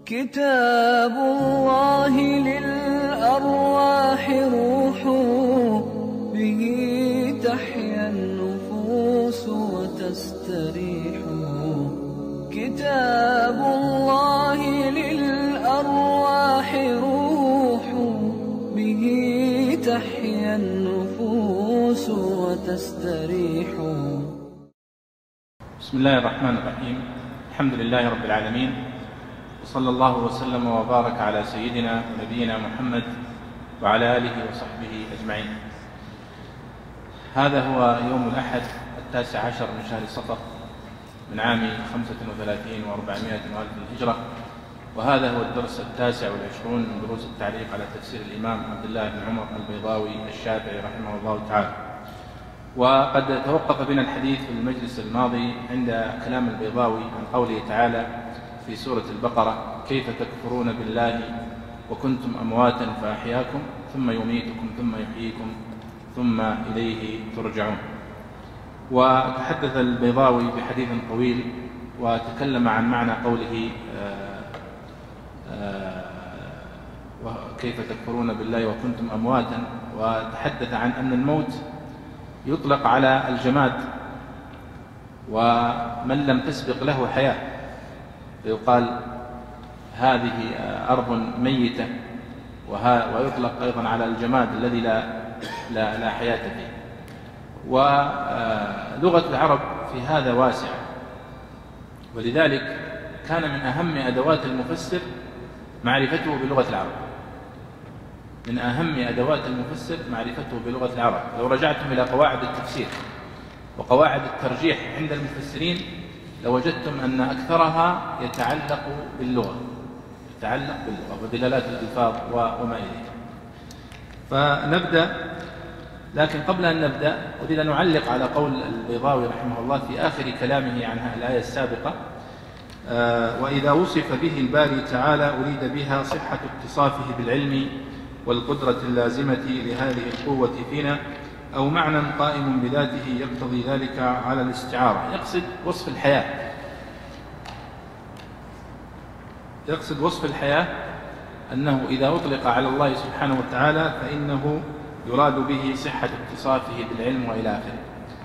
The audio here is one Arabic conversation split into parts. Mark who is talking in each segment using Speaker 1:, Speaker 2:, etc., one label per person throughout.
Speaker 1: كتاب الله للأرواح روح، به تحيا النفوس وتستريح. كتاب الله للأرواح روح، به تحيا النفوس وتستريح.
Speaker 2: بسم الله الرحمن الرحيم. الحمد لله رب العالمين، وصلى الله وسلم وبارك على سيدنا ونبينا محمد وعلى آله وصحبه أجمعين. هذا هو يوم الأحد 19 من شهر صفر من عام 35 و400 وألف الهجرة، وهذا هو الدرس 29 من دروس التعليق على تفسير الإمام عبد الله بن عمر البيضاوي الشافعي رحمه الله تعالى. وقد توقف بنا الحديث في المجلس الماضي عند كلام البيضاوي عن قوله تعالى في سورة البقرة: كيف تكفرون بالله وكنتم أمواتا فأحياكم ثم يميتكم ثم يحييكم ثم إليه ترجعون. وتحدث البيضاوي بحديث طويل وتكلم عن معنى قوله كيف تكفرون بالله وكنتم أمواتا، وتحدث عن أن الموت يطلق على الجماد ومن لم تسبق له حياة، فيقال هذه أرض ميتة، ويطلق أيضا على الجماد الذي لا حياة فيه. ولغة العرب في هذا واسعة، ولذلك كان من أهم أدوات المفسر معرفته بلغة العرب. من أهم أدوات المفسر معرفته بلغة العرب. لو رجعتم إلى قواعد التفسير وقواعد الترجيح عند المفسرين لوجدتم أن أكثرها يتعلق باللغة ودلالات الألفاظ وما إليه. فنبدأ، لكن قبل أن نبدأ أريد أن نعلق على قول البيضاوي رحمه الله في آخر كلامه عن الآية السابقة: وإذا وصف به الباري تعالى أريد بها صحة اتصافه بالعلم والقدرة اللازمة لهذه القوة فينا، أو معنى قائم بذاته يقتضي ذلك على الاستعارة. يقصد وصف الحياة أنه إذا أطلق على الله سبحانه وتعالى فإنه يراد به صحة اتصافه بالعلم وإلى آخره.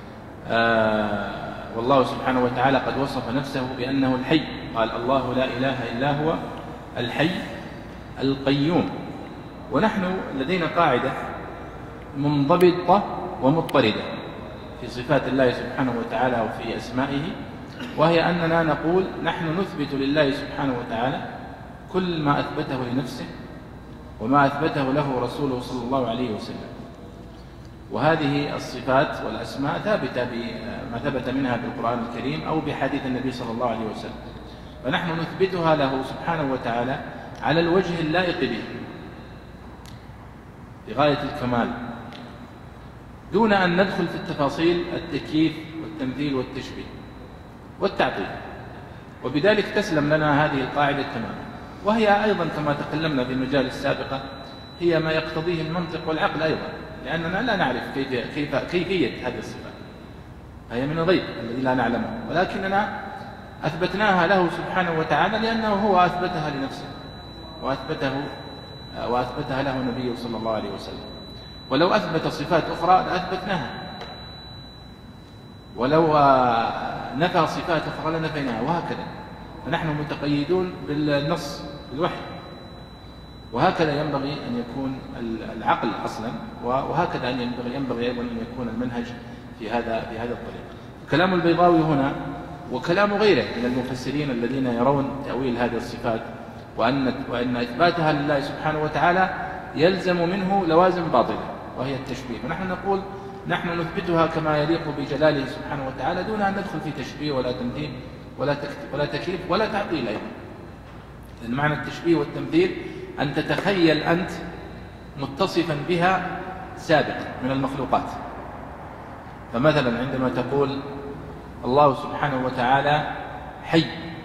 Speaker 2: والله سبحانه وتعالى قد وصف نفسه بأنه الحي، قال: الله لا إله إلا هو الحي القيوم. ونحن لدينا قاعدة منضبطة ومضطردة في صفات الله سبحانه وتعالى وفي أسمائه، وهي أننا نقول نحن نثبت لله سبحانه وتعالى كل ما أثبته لنفسه وما أثبته له رسوله صلى الله عليه وسلم. وهذه الصفات والأسماء ثابتة بما ثبت منها بالقرآن الكريم أو بحديث النبي صلى الله عليه وسلم، فنحن نثبتها له سبحانه وتعالى على الوجه اللائق به بغاية الكمال، دون أن ندخل في التفاصيل التكييف والتمثيل والتشبيه والتعطيل. وبذلك تسلم لنا هذه القاعدة تماما، وهي أيضا كما تكلمنا في المجال السابقة هي ما يقتضيه المنطق والعقل أيضا، لأننا لا نعرف كيفية هذه الصفات، هي من الغيب الذي لا نعلمه، ولكننا أثبتناها له سبحانه وتعالى لأنه هو أثبتها لنفسه وأثبتها له نبيه صلى الله عليه وسلم. ولو أثبت صفات أخرى لأثبتناها، ولو نفى صفات أخرى لنفيناها، وهكذا. فنحن متقيدون بالنص بالوحي، وهكذا ينبغي أن يكون العقل أصلا، وهكذا ينبغي أيضا أن يكون المنهج في هذا الطريق. كلام البيضاوي هنا وكلام غيره من المفسرين الذين يرون تأويل هذه الصفات وأن إثباتها لله سبحانه وتعالى يلزم منه لوازم باطلة وهي التشبيه. فنحن نقول نحن نثبتها كما يليق بجلاله سبحانه وتعالى دون أن ندخل في تشبيه ولا تمثيل ولا تكييف ولا تعطيل أيضا. لأن معنى التشبيه والتمثيل أن تتخيل أنت متصفا بها سابق من المخلوقات. فمثلا عندما تقول الله سبحانه وتعالى حي،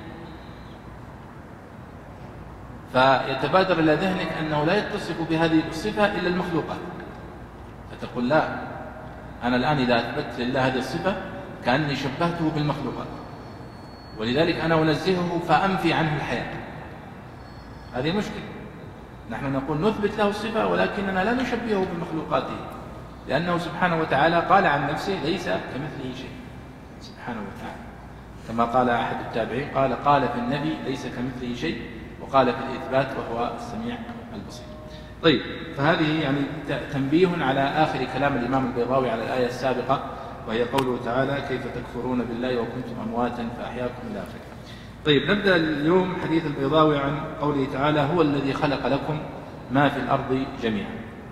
Speaker 2: فيتبادر إلى ذهنك أنه لا يتصف بهذه الصفة إلا المخلوقات، فتقول لا، أنا الآن إذا أثبت لله هذه الصفة كأني شبهته بالمخلوقات، ولذلك أنا أنزهه فأنفي عنه الحياة. هذه مشكلة. نحن نقول نثبت له الصفة ولكننا لا نشبهه بمخلوقاته، لأنه سبحانه وتعالى قال عن نفسه ليس كمثله شيء سبحانه وتعالى، كما قال أحد التابعين قال في النبي ليس كمثله شيء، وقال في الإثبات وهو السميع البصير. طيب، فهذه يعني تنبيه على آخر كلام الإمام البيضاوي على الآية السابقة، وهي قوله تعالى كيف تكفرون بالله وكنتم أمواتا فأحياكم إلى آخره. طيب، نبدأ اليوم حديث البيضاوي عن قوله تعالى هو الذي خلق لكم ما في الأرض جميعا.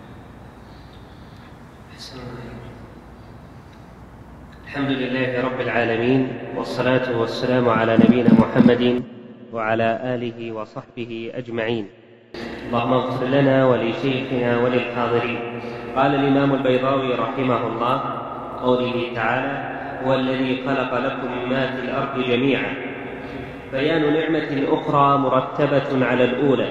Speaker 3: الحمد لله رب العالمين، والصلاة والسلام على نبينا محمد وعلى آله وصحبه أجمعين. اللهم اغفر لنا ولشيخنا وللحاضرين. قال الإمام البيضاوي رحمه الله قوله تعالى هو الذي خلق لكم ما في الأرض جميعا، بيان نعمة أخرى مرتبة على الأولى،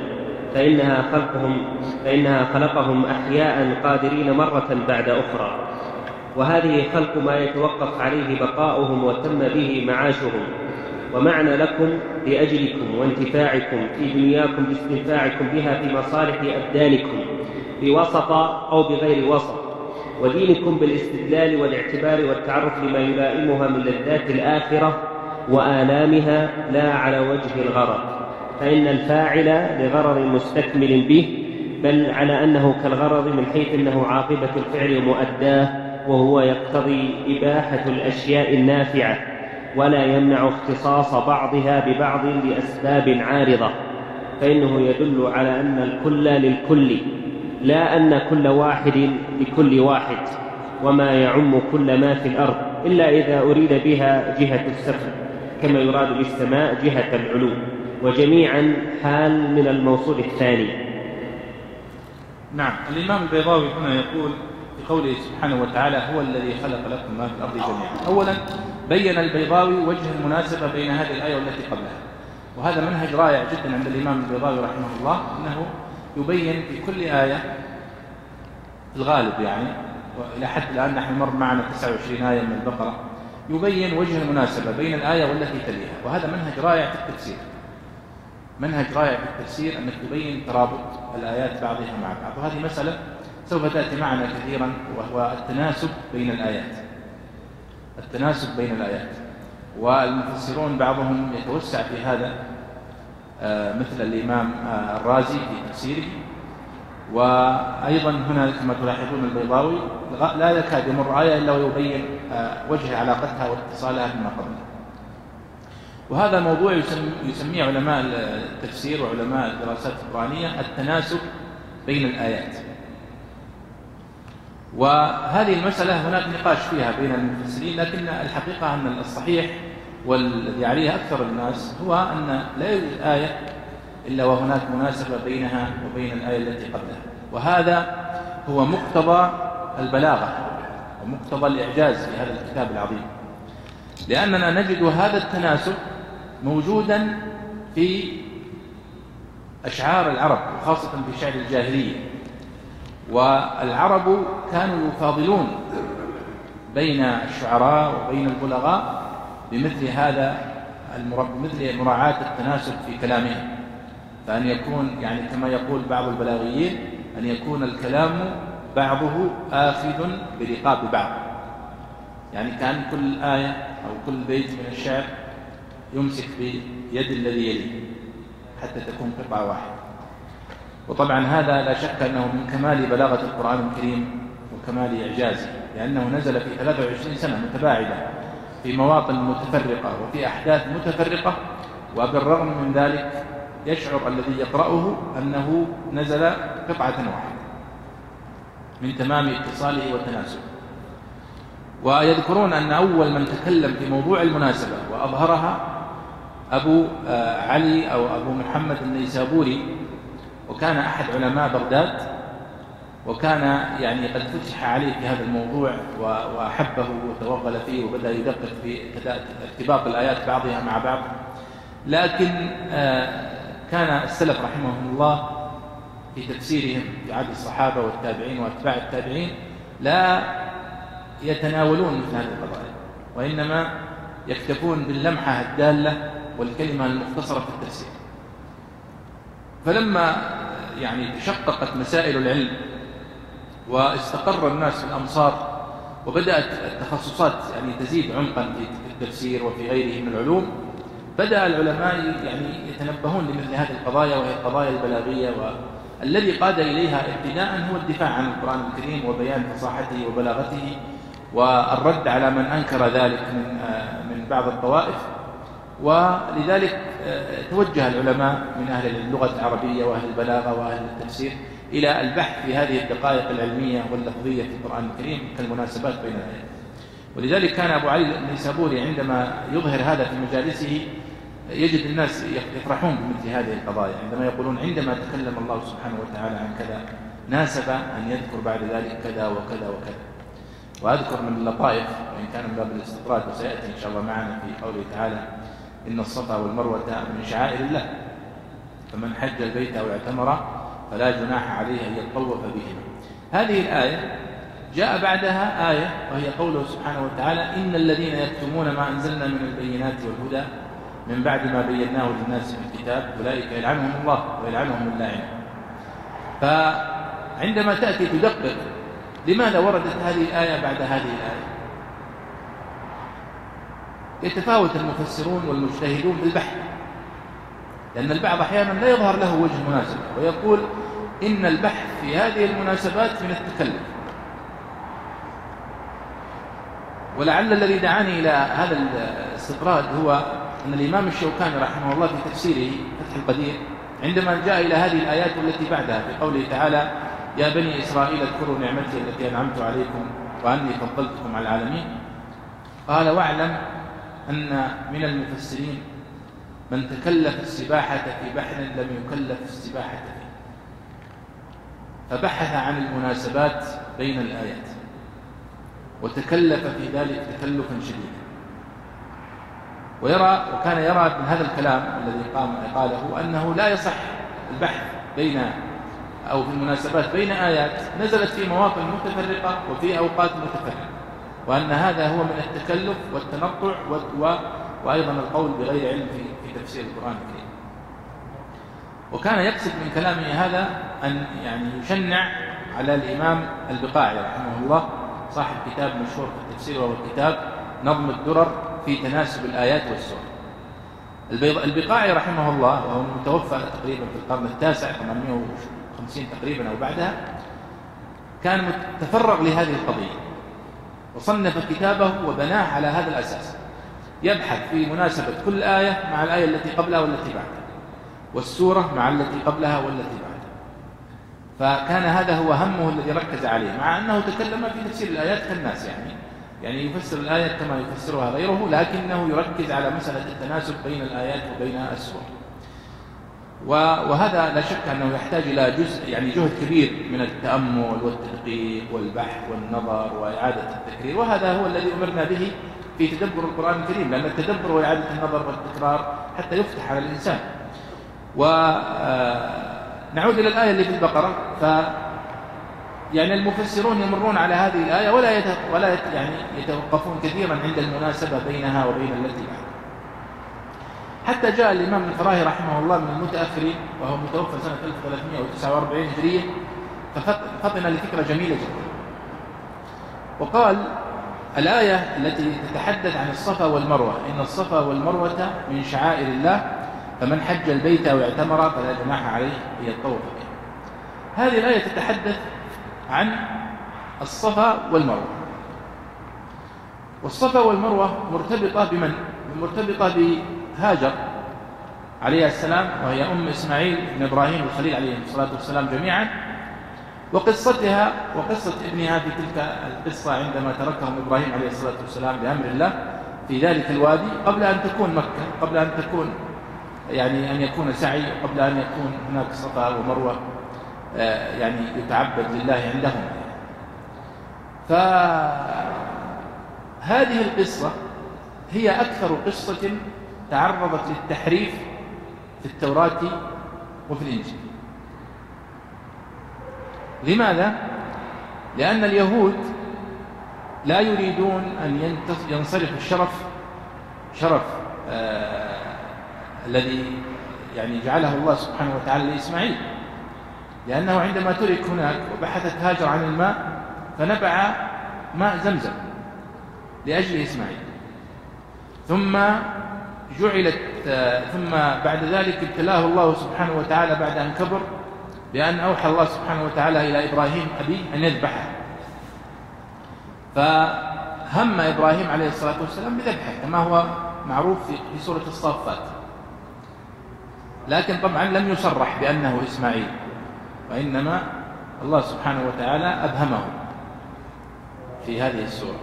Speaker 3: فإنها خلقهم أحياء قادرين مرة بعد أخرى، وهذه خلق ما يتوقف عليه بقاؤهم وتم به معاشهم. ومعنى لكم لأجلكم وانتفاعكم في دنياكم باستنفاعكم بها في مصالح أبدانكم بوسط أو بغير وسط، ودينكم بالاستدلال والاعتبار والتعرف لما يلائمها من لذات الآخرة وآلامها لا على وجه الغرض، فإن الفاعل لغرض مستكمل به، بل على أنه كالغرض من حيث أنه عاقبة الفعل ومؤداه، وهو يقتضي إباحة الأشياء النافعة ولا يمنع اختصاص بعضها ببعض لأسباب عارضة، فإنه يدل على أن الكل للكل، لا أن كل واحد لكل واحد، وما يعم كل ما في الأرض، إلا إذا أريد بها جهة السفر، كما يراد بالسماء جهة العلو، وجميعا حال من الموصول الثاني.
Speaker 2: نعم، الإمام البيضاوي هنا يقول في قوله سبحانه وتعالى هو الذي خلق لكم ما في الأرض جميعا. أولا بين البيضاوي وجه المناسبة بين هذه الآية والتي قبلها، وهذا منهج رائع جدا عند الإمام البيضاوي رحمه الله، أنه يبين في كل آية في الغالب يعني، وإلى حد الآن نحن مر معنا 29 آية من البقرة، يبين وجه المناسبة بين الآية والتي تليها، وهذا منهج رائع في التفسير. منهج رائع في التفسير أنك تبين ترابط الآيات بعضها مع بعض، وهذه مسألة سوف تأتي معنا كثيرا، وهو التناسب بين الآيات. التناسب بين الآيات، والمفسرون بعضهم يتوسع في هذا، مثل الإمام الرازي في تفسيره، وأيضا هنا كما تلاحظون البيضاوي لا يكاد يمر آية إلا ويبين وجه علاقتها واتصالها بما قبلها. وهذا موضوع يسميه علماء التفسير وعلماء الدراسات القرآنية التناسب بين الآيات. وهذه المسألة هناك نقاش فيها بين المفسرين، لكن الحقيقة أن الصحيح والذي عليه أكثر الناس هو أن لا يوجد آية إلا وهناك مناسبة بينها وبين الآية التي قبلها، وهذا هو مقتضى البلاغة ومقتضى الإعجاز في هذا الكتاب العظيم، لأننا نجد هذا التناسب موجودا في أشعار العرب، وخاصة في شعر الجاهلية. والعرب كانوا يفاضلون بين الشعراء وبين البلغاء بمثل هذا بمثل مراعاة التناسب في كلامهم، فأن يكون يعني كما يقول بعض البلاغيين أن يكون الكلام بعضه آخذ برقاب بعض، يعني كان كل آية أو كل بيت من الشعر يمسك بيد الذي يليه حتى تكون قطعة واحدة. وطبعا هذا لا شك أنه من كمال بلاغة القرآن الكريم وكمال إعجازه، لأنه نزل في 23 سنة متباعدة في مواطن متفرقة وفي أحداث متفرقة، وبالرغم من ذلك يشعر الذي يقرأه أنه نزل قطعة واحدة من تمام اتصاله وتناسبه. ويذكرون أن أول من تكلم في موضوع المناسبة وأظهرها أبو علي أو أبو محمد النيسابوري، وكان أحد علماء بغداد، وكان يعني قد فتح عليه في هذا الموضوع وأحبه وتوغل فيه وبدأ يدقق في ارتباط الآيات بعضها مع بعض. لكن كان السلف رحمهم الله في تفسيرهم في عهد الصحابة والتابعين وأتباع التابعين لا يتناولون مثل هذه القضايا، وإنما يكتفون باللمحة الدالة والكلمة المختصرة في التفسير. فلما يعني تشققت مسائل العلم واستقر الناس في الأمصار وبدأت التخصصات يعني تزيد عمقا في التفسير وفي غيره من العلوم، بدأ العلماء يعني يتنبهون لمثل هذه القضايا، وهي القضايا البلاغية، والذي قاد إليها ابتداء هو الدفاع عن القرآن الكريم وبيان فصاحته وبلاغته والرد على من أنكر ذلك من بعض الطوائف. ولذلك توجه العلماء من أهل اللغة العربية وأهل البلاغة وأهل التفسير إلى البحث في هذه الدقائق العلمية واللفظية في القرآن الكريم كالمناسبات بين الآيات. ولذلك كان أبو علي النيسابوري عندما يظهر هذا في مجالسه يجد الناس يفرحون بمثل هذه القضايا، عندما يقولون عندما تكلم الله سبحانه وتعالى عن كذا ناسب أن يذكر بعد ذلك كذا وكذا وكذا. وأذكر من اللطائف وإن كان من باب الاستطراد وسيأتي إن شاء الله معنا في قوله تعالى إن الصفا والمروة من شعائر الله فمن حج البيت أو اعتمر فلا جناح عليه أن يطوف بهما. هذه الآية جاء بعدها آية وهي قوله سبحانه وتعالى إن الذين يكتمون ما أنزلنا من البينات والهدى من بعد ما بيناه للناس في الكتاب أولئك يلعنهم الله ويلعنهم اللاعنون. فعندما تأتي تدقق لماذا وردت هذه الآية بعد هذه الآية، يتفاوت المفسرون والمجتهدون بالبحث، لأن البعض أحيانا لا يظهر له وجه مناسب ويقول إن البحث في هذه المناسبات من التكلف. ولعل الذي دعاني إلى هذا الاستطراد هو أن الإمام الشوكاني رحمه الله في تفسيره فتح القدير عندما جاء إلى هذه الآيات التي بعدها في قوله تعالى يا بني إسرائيل اذكروا نعمتي التي أنعمت عليكم وأني فضلتكم على العالمين، قال واعلم أن من المفسرين من تكلف السباحة في بحر لم يكلف السباحة فيه، فبحث عن المناسبات بين الآيات وتكلف في ذلك تكلفا شديدا. وكان يرى من هذا الكلام الذي قاله أنه لا يصح البحث بين أو في المناسبات بين آيات نزلت في مواطن متفرقة وفي أوقات متفرقة، وأن هذا هو من التكلف والتنطع وأيضا القول بغير علم في تفسير القرآن الكريم. وكان يقصد من كلامه هذا أن يعني يشنع على الإمام البقاعي رحمه الله صاحب كتاب مشهور في التفسير وهو كتاب نظم الدرر في تناسب الآيات والسور. البقاعي رحمه الله وهو متوفى تقريبا في القرن التاسع 850 تقريبا أو بعدها، كان متفرغ لهذه القضية وصنف كتابه وبناه على هذا الأساس، يبحث في مناسبة كل آية مع الآية التي قبلها والتي بعدها، والسورة مع التي قبلها والتي بعدها. فكان هذا هو همه الذي ركز عليه، مع أنه تكلم في تفسير الآيات كالناس يعني يفسر الآية كما يفسرها غيره، لكنه يركز على مسألة التناسب بين الآيات وبين السور. وهذا لا شك أنه يحتاج إلى جهد كبير من التأمل والتدقيق والبحث والنظر وإعادة التكرير، وهذا هو الذي أمرنا به في تدبر القرآن الكريم، لأن التدبر وإعادة النظر والتكرار حتى يفتح على الإنسان. ونعود إلى الآية اللي في البقرة، يعني المفسرون يمرون على هذه الآية ولا يتوقفون كثيرا عند المناسبة بينها وبين التي بعدها، حتى جاء الإمام الفراهي رحمه الله من المتأخرين وهو متوفى سنة 1349 هجرية، ففطن لفكرة جميلة جدا وقال الآية التي تتحدث عن الصفا والمروة إن الصفا والمروة من شعائر الله فمن حج البيت أو اعتمر فلا جناح عليه أن يطوف بها. هذه الآية تتحدث عن الصفا والمروة، والصفا والمروة مرتبطة بمن؟ مرتبطة بهاجر عليه السلام، وهي أم إسماعيل بن إبراهيم الخليل عليه الصلاة والسلام جميعا، وقصتها وقصة ابنها في تلك القصة عندما تركهم إبراهيم عليه الصلاة والسلام بأمر الله في ذلك الوادي قبل أن تكون مكة، قبل أن تكون أن يكون سعي، قبل أن يكون هناك صفا ومروة يتعبد لله عندهم. فهذه القصة هي أكثر قصة تعرضت للتحريف في التوراة وفي الإنجيل. لماذا؟ لأن اليهود لا يريدون أن ينصرف الشرف الذي يعني جعله الله سبحانه وتعالى لإسماعيل، لأنه عندما ترك هناك وبحثت هاجر عن الماء فنبع ماء زمزم لأجل إسماعيل، ثم بعد ذلك ابتلاه الله سبحانه وتعالى بعد أن كبر بأن أوحى الله سبحانه وتعالى إلى إبراهيم أبيه أن يذبحه، فهم إبراهيم عليه الصلاة والسلام بذبحه كما هو معروف في سورة الصافات، لكن طبعا لم يصرح بأنه إسماعيل، وإنما الله سبحانه وتعالى أبهمه في هذه السورة.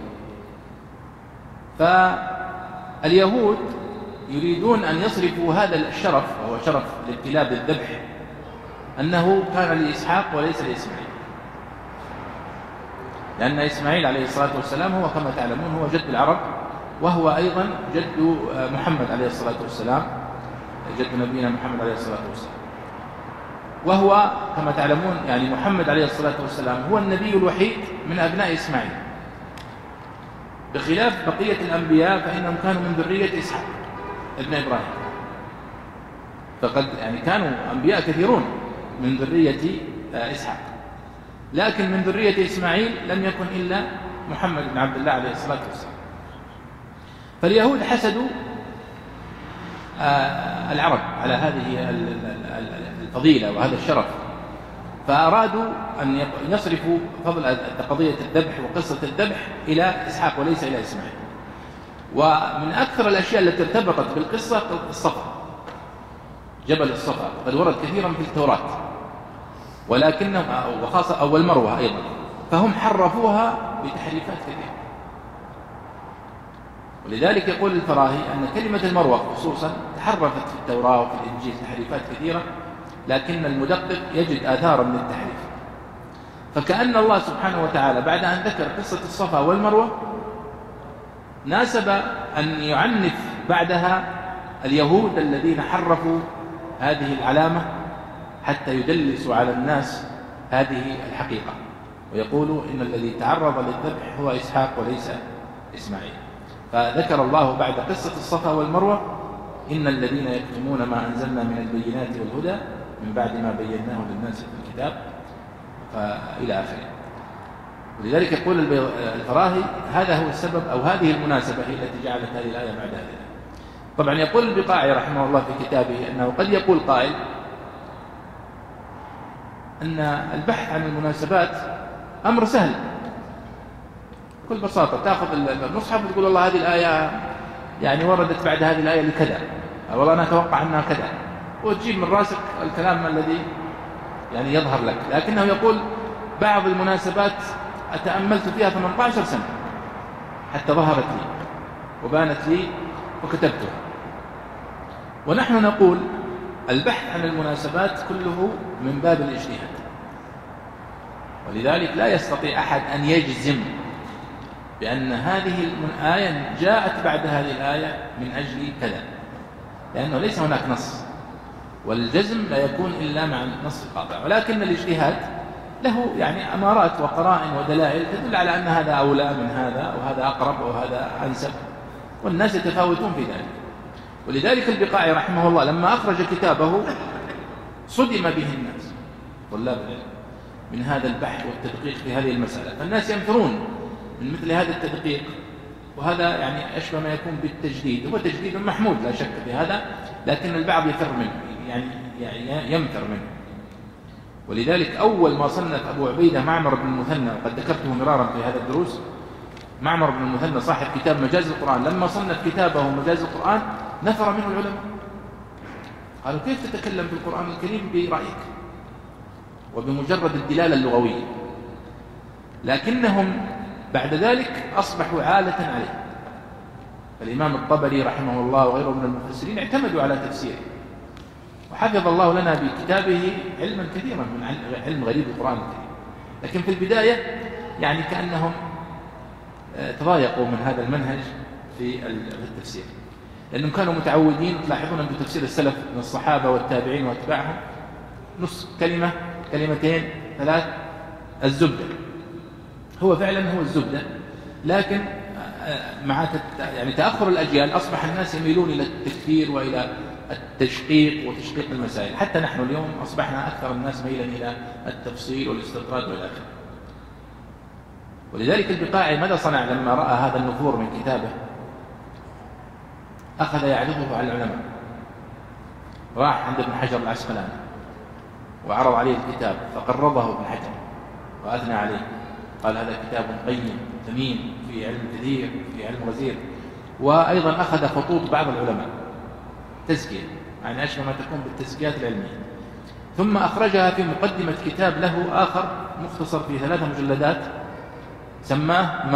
Speaker 2: فاليهود يريدون أن يصرفوا هذا الشرف، وهو شرف الابتلاء بالذبح، أنه كان لإسحاق وليس لإسماعيل، لأن إسماعيل عليه الصلاة والسلام هو كما تعلمون هو جد العرب، وهو أيضا جد محمد عليه الصلاة والسلام، جد نبينا محمد عليه الصلاة والسلام، وهو كما تعلمون يعني محمد عليه الصلاة والسلام هو النبي الوحيد من أبناء إسماعيل، بخلاف بقية الأنبياء فإنهم كانوا من ذرية إسحاق ابن إبراهيم، فقد يعني كانوا أنبياء كثيرون من ذرية إسحاق، لكن من ذرية إسماعيل لم يكن إلا محمد بن عبد الله عليه الصلاة والسلام. فاليهود حسدوا العرب على هذه الفضيلة وهذا الشرف، فأرادوا أن يصرفوا فضل قضية الذبح وقصة الذبح إلى إسحاق وليس إلى إسماعيل. ومن أكثر الأشياء التي ارتبطت بالقصة الصفا، جبل الصفا قد ورد كثيرا في التوراة، ولكنهم وخاصة أول مروة أيضا، فهم حرفوها بتحريفات كثيرة. ولذلك يقول الفراهي أن كلمة المروة خصوصا تحرفت في التوراة وفي الإنجيل تحريفات كثيرة، لكن المدقق يجد آثارا من التحريف. فكأن الله سبحانه وتعالى بعد أن ذكر قصة الصفا والمروة ناسب أن يعنف بعدها اليهود الذين حرفوا هذه العلامة حتى يدلسوا على الناس هذه الحقيقة، ويقولوا إن الذي تعرض للذبح هو إسحاق وليس إسماعيل. فذكر الله بعد قصة الصفا والمروة إن الذين يكتمون ما أنزلنا من البينات والهدى من بعد ما بيناه للناس في الكتاب إلى آخره. ولذلك يقول الفراهي هذا هو السبب أو هذه المناسبة هي التي جعلت هذه الآية بعد هذه الآية. طبعا يقول البقاعي رحمه الله في كتابه أنه قد يقول قائل أن البحث عن المناسبات أمر سهل، بكل بساطة تأخذ المصحف وتقول والله هذه الآية يعني وردت بعد هذه الآية لكذا، والله أنا أتوقع أنها كذا، وتجيب من راسك الكلام الذي يعني يظهر لك. لكنه يقول بعض المناسبات أتأملت فيها 18 سنة حتى ظهرت لي وبانت لي وكتبتها. ونحن نقول البحث عن المناسبات كله من باب الاجتهاد، ولذلك لا يستطيع أحد أن يجزم بأن هذه الآية جاءت بعد هذه الآية من أجل كذا، لأنه ليس هناك نص، والجزم لا يكون إلا مع النص القاطع. ولكن الاجتهاد له يعني أمارات وقرائن ودلائل تدل على أن هذا أولى من هذا وهذا أقرب وهذا أنسب، والناس يتفاوتون في ذلك. ولذلك البقاعي رحمه الله لما أخرج كتابه صدم به الناس طلاب العلم من هذا البحث والتدقيق في هذه المسألة، فالناس ينفرون من مثل هذا التدقيق، وهذا يعني أشبه ما يكون بالتجديد. هو تجديد محمود لا شك في هذا، لكن البعض يفر منه يعني ينفر منه. ولذلك أول ما صنف أبو عبيدة معمر بن المثنى، وقد ذكرته مرارا في هذا الدروس، معمر بن المثنى صاحب كتاب مجاز القرآن، لما صنف كتابه مجاز القرآن نفر منه العلماء، قالوا كيف تتكلم في القرآن الكريم برأيك وبمجرد الدلالة اللغوية؟ لكنهم بعد ذلك أصبحوا عالة عليه. فالإمام الطبري رحمه الله وغيره من المفسرين اعتمدوا على تفسيره، وحفظ الله لنا بكتابه علما كثيرا من علم غريب القرآن الكريم. لكن في البداية يعني كأنهم تضايقوا من هذا المنهج في التفسير، لأنهم كانوا متعودين، تلاحظون في تفسير السلف من الصحابة والتابعين واتباعهم نص كلمة كلمتين ثلاث الزبدة، هو فعلا هو الزبدة، لكن مع يعني تأخر الأجيال أصبح الناس يميلون إلى التكثير وإلى التشقيق وتشقيق المسائل. حتى نحن اليوم أصبحنا أكثر الناس ميلا إلى التفصيل والاستطراد والى آخره. ولذلك البقاعي ماذا صنع لما رأى هذا النفور من كتابه؟ أخذ يعرضه على العلماء. راح عند ابن حجر العسقلاني وعرض عليه الكتاب فقرضه ابن حجر وأثنى عليه، قال هذا كتاب قيم ثمين في علم كثير في علم غزير. وأيضا أخذ خطوط بعض العلماء تزكية، يعني أشبه ما تكون بالتزكيات العلمية، ثم أخرجها في مقدمة كتاب له آخر مختصر في 3 مجلدات سماه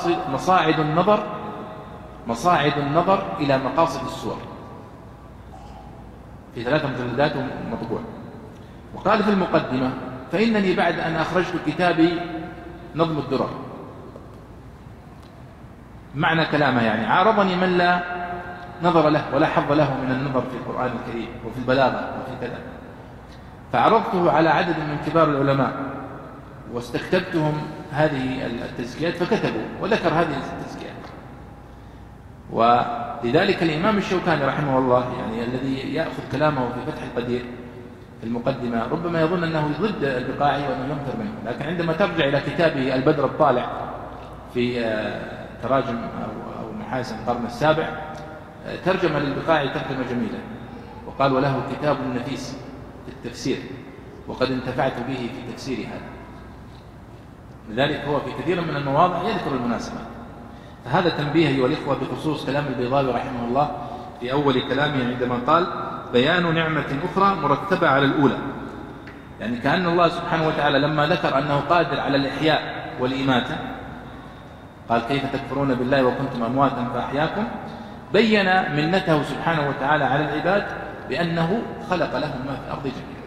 Speaker 2: مصاعد النظر إلى مقاصد السور، في 3 مجلدات مطبوع. وقال في المقدمة: فإنني بعد أن أخرجت كتابي نظم الدرر، معنى كلامه يعني عارضني من لا نظر له ولا حظ له من النظر في القرآن الكريم وفي البلاغة وفي كذا، فعرضته على عدد من كبار العلماء واستكتبتهم هذه التزكيات فكتبوا وذكر هذه التزكيات. ولذلك الإمام الشوكاني رحمه الله يعني الذي يأخذ كلامه في فتح القدير في المقدمة ربما يظن أنه ضد البقاعي وأنه ينفر منه، لكن عندما ترجع إلى كتابه البدر الطالع في تراجم أو محاسن القرن السابع ترجم للبقاعي ترجمة جميلة، وقال: وله كتاب نفيس في التفسير وقد انتفعت به في تفسير هذا. لذلك هو في كثير من المواضع يذكر المناسبات. فهذا تنبيه أيها الإخوة بخصوص كلام البيضاوي رحمه الله في أول كلامه عندما قال: بيان نعمة أخرى مرتبة على الأولى. يعني كأن الله سبحانه وتعالى لما ذكر أنه قادر على الإحياء والإماتة، قال: كيف تكفرون بالله وكنتم أمواتا فأحياكم، بين منته سبحانه وتعالى على العباد بأنه خلق لهم ما في الأرض جميعا.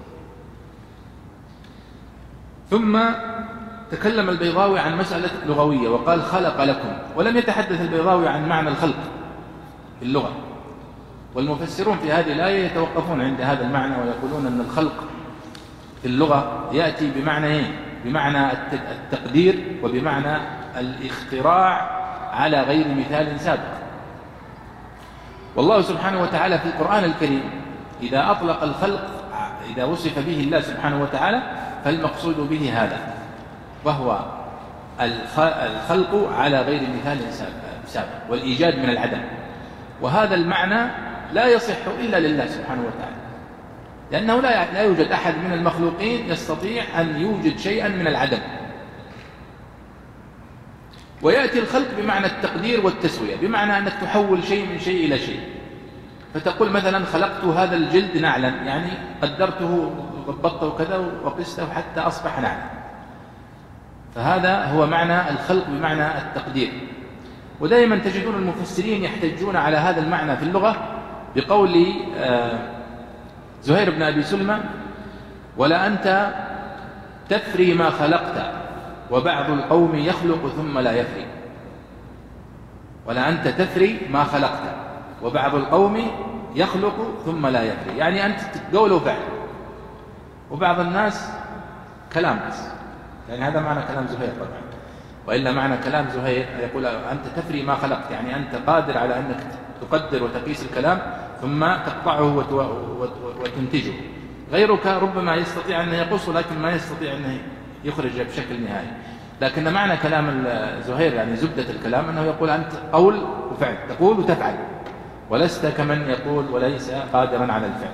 Speaker 2: ثم تكلم البيضاوي عن مسألة لغوية وقال: خلق لكم، ولم يتحدث البيضاوي عن معنى الخلق في اللغة. والمفسرون في هذه الآية يتوقفون عند هذا المعنى ويقولون أن الخلق في اللغة يأتي بمعنى التقدير وبمعنى الاختراع على غير مثال سابق. والله سبحانه وتعالى في القرآن الكريم إذا أطلق الخلق، إذا وصف به الله سبحانه وتعالى، فالمقصود به هذا، وهو الخلق على غير مثال سابق والإيجاد من العدم. وهذا المعنى لا يصح إلا لله سبحانه وتعالى، لأنه لا يوجد أحد من المخلوقين يستطيع أن يوجد شيئا من العدم. ويأتي الخلق بمعنى التقدير والتسوية، بمعنى أنك تحول شيء من شيء إلى شيء. فتقول مثلا: خلقت هذا الجلد نعلا، يعني قدرته وضبطته كذا وقسته حتى أصبح نعلا. فهذا هو معنى الخلق بمعنى التقدير. ودائما تجدون المفسرين يحتجون على هذا المعنى في اللغة بقول زهير بن أبي سلمى: ولا أنت تفري ما خلقت وبعض القوم يخلق ثم لا يفري. ولا أنت تفري ما خلقت وبعض القوم يخلق ثم لا يفري، يعني أنت قول وفعل، وبعض الناس كلام بس. يعني هذا معنى كلام زهير طبعا، وإلا معنى كلام زهير يقول: أنت تفري ما خلقت، يعني أنت قادر على أنك تقدر وتقيس الكلام ثم تقطعه وتنتجه. غيرك ربما يستطيع أن يقص لكن ما يستطيع أن يخرج بشكل نهائي. لكن معنى كلام زهير يعني زبدة الكلام أنه يقول: أنت قول وفعل، تقول وتفعل، ولست كمن يقول وليس قادرا على الفعل.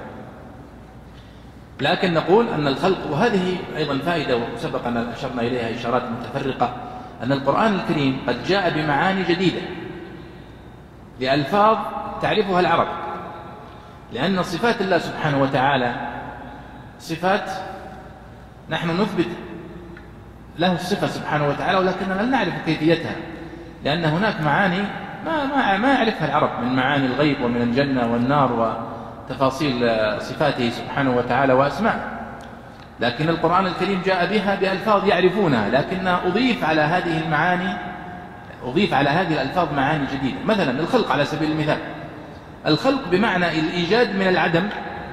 Speaker 2: لكن نقول أن الخلق، وهذه أيضا فائدة وسبق أن أشرنا إليها إشارات متفرقة، أن القرآن الكريم قد جاء بمعاني جديدة لألفاظ تعرفها العرب، لأن صفات الله سبحانه وتعالى صفات نحن نثبت له الصفة سبحانه وتعالى، ولكننا لا نعرف كيفيتها، لأن هناك معاني ما يعرفها العرب من معاني الغيب ومن الجنة والنار وتفاصيل صفاته سبحانه وتعالى وأسماءه. لكن القرآن الكريم جاء بها بألفاظ يعرفونها، لكن أضيف على هذه الألفاظ معاني جديدة. مثلا الخلق على سبيل المثال، الخلق بمعنى الإيجاد من العدم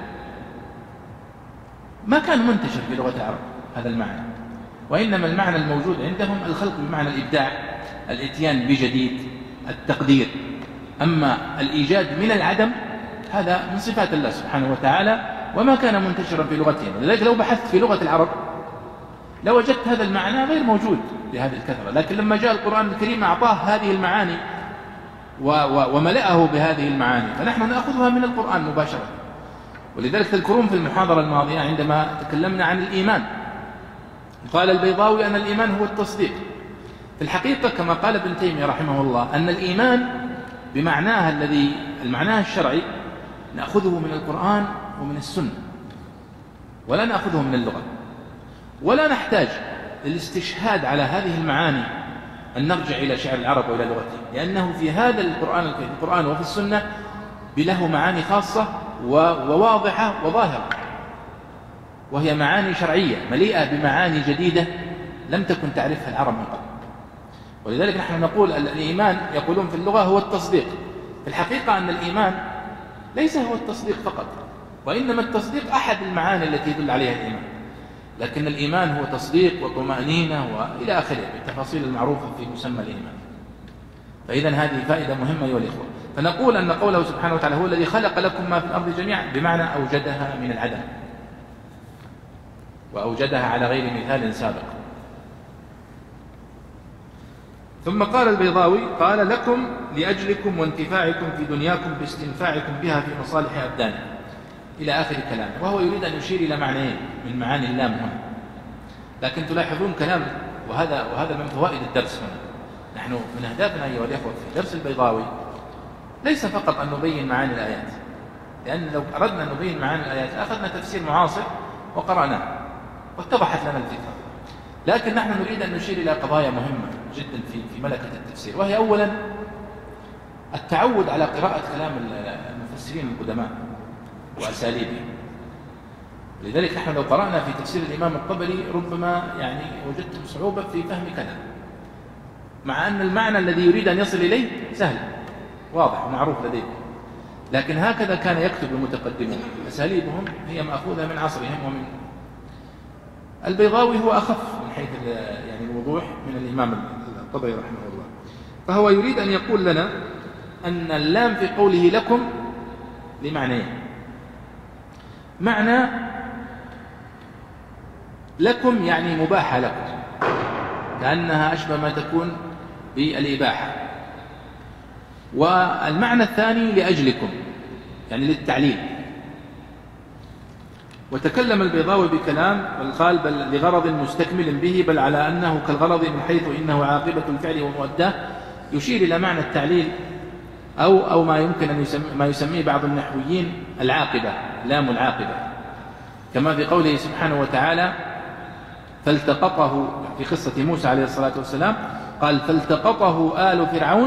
Speaker 2: ما كان منتشر في لغة العرب هذا المعنى، وإنما المعنى الموجود عندهم الخلق بمعنى الإبداع، الإتيان بجديد، التقدير. أما الإيجاد من العدم هذا من صفات الله سبحانه وتعالى وما كان منتشرا في لغتهم. لذلك لو بحثت في لغة العرب لوجدت هذا المعنى غير موجود بهذه الكثرة، لكن لما جاء القرآن الكريم أعطاه هذه المعاني وملأه بهذه المعاني، فنحن نأخذها من القرآن مباشرة. ولذلك تذكرون في المحاضرة الماضية عندما تكلمنا عن الإيمان قال البيضاوي أن الإيمان هو التصديق. في الحقيقة كما قال ابن تيمية رحمه الله أن الإيمان بمعناه المعناه الشرعي نأخذه من القرآن ومن السنة، ولا نأخذه من اللغة، ولا نحتاج للاستشهاد على هذه المعاني أن نرجع إلى شعر العرب وإلى لغتهم، لأنه في هذا القرآن وفي السنة له معاني خاصة وواضحة وظاهرة، وهي معاني شرعية مليئة بمعاني جديدة لم تكن تعرفها العرب من قبل. ولذلك نحن نقول الإيمان يقولون في اللغة هو التصديق. في الحقيقة أن الإيمان ليس هو التصديق فقط، وإنما التصديق أحد المعاني التي يدل عليها الإيمان، لكن الإيمان هو تصديق وطمأنينة وإلى آخره بالتفاصيل المعروفة في مسمى الإيمان. فإذا هذه فائدة مهمة أيها الإخوة. فنقول أن قوله سبحانه وتعالى هو الذي خلق لكم ما في الأرض جميعا بمعنى أوجدها من العدم، وأوجدها على غير مثال سابق. ثم قال البيضاوي قال لكم لأجلكم وانتفاعكم في دنياكم باستنفاعكم بها في مصالح أبدانكم إلى آخر كلامه. وهو يريد أن يشير إلى معنيين من معاني اللام هنا، لكن تلاحظون كلام وهذا من فوائد الدرس هنا. نحن من أهدافنا أيها الأخوة في درس البيضاوي ليس فقط أن نبين معاني الآيات، لأن لو أردنا أن نبين معاني الآيات أخذنا تفسير معاصر وقرأناه واتضحت لنا الفكرة، لكن نحن نريد أن نشير إلى قضايا مهمة جدا في ملكة التفسير، وهي أولا التعود على قراءة كلام المفسرين القدماء وأساليبهم. لذلك نحن لو قرأنا في تفسير الإمام الطبري ربما وجدتم صعوبة في فهم كلام، مع أن المعنى الذي يريد أن يصل إليه سهل واضح ومعروف لديكم، لكن هكذا كان يكتب المتقدمون، أساليبهم هي مأخوذة من عصرهم ومن البيضاوي هو أخف من حيث الوضوح من الإمام الطبري رحمه الله. فهو يريد أن يقول لنا أن اللام في قوله لكم لمعنيين. معنى لكم يعني مباحة لكم، كأنها أشبه ما تكون بالإباحة. والمعنى الثاني لأجلكم يعني للتعليل. وتكلم البيضاوي بكلام بل قال بل لغرض مستكمل به، بل على أنه كالغرض من حيث إنه عاقبة الفعل ومؤداه، يشير إلى معنى التعليل أو ما يمكن أن ما يسميه بعض النحويين العاقبة، لام العاقبة، كما في قوله سبحانه وتعالى فالتقطه في قصة موسى عليه الصلاة والسلام، قال فالتقطه آل فرعون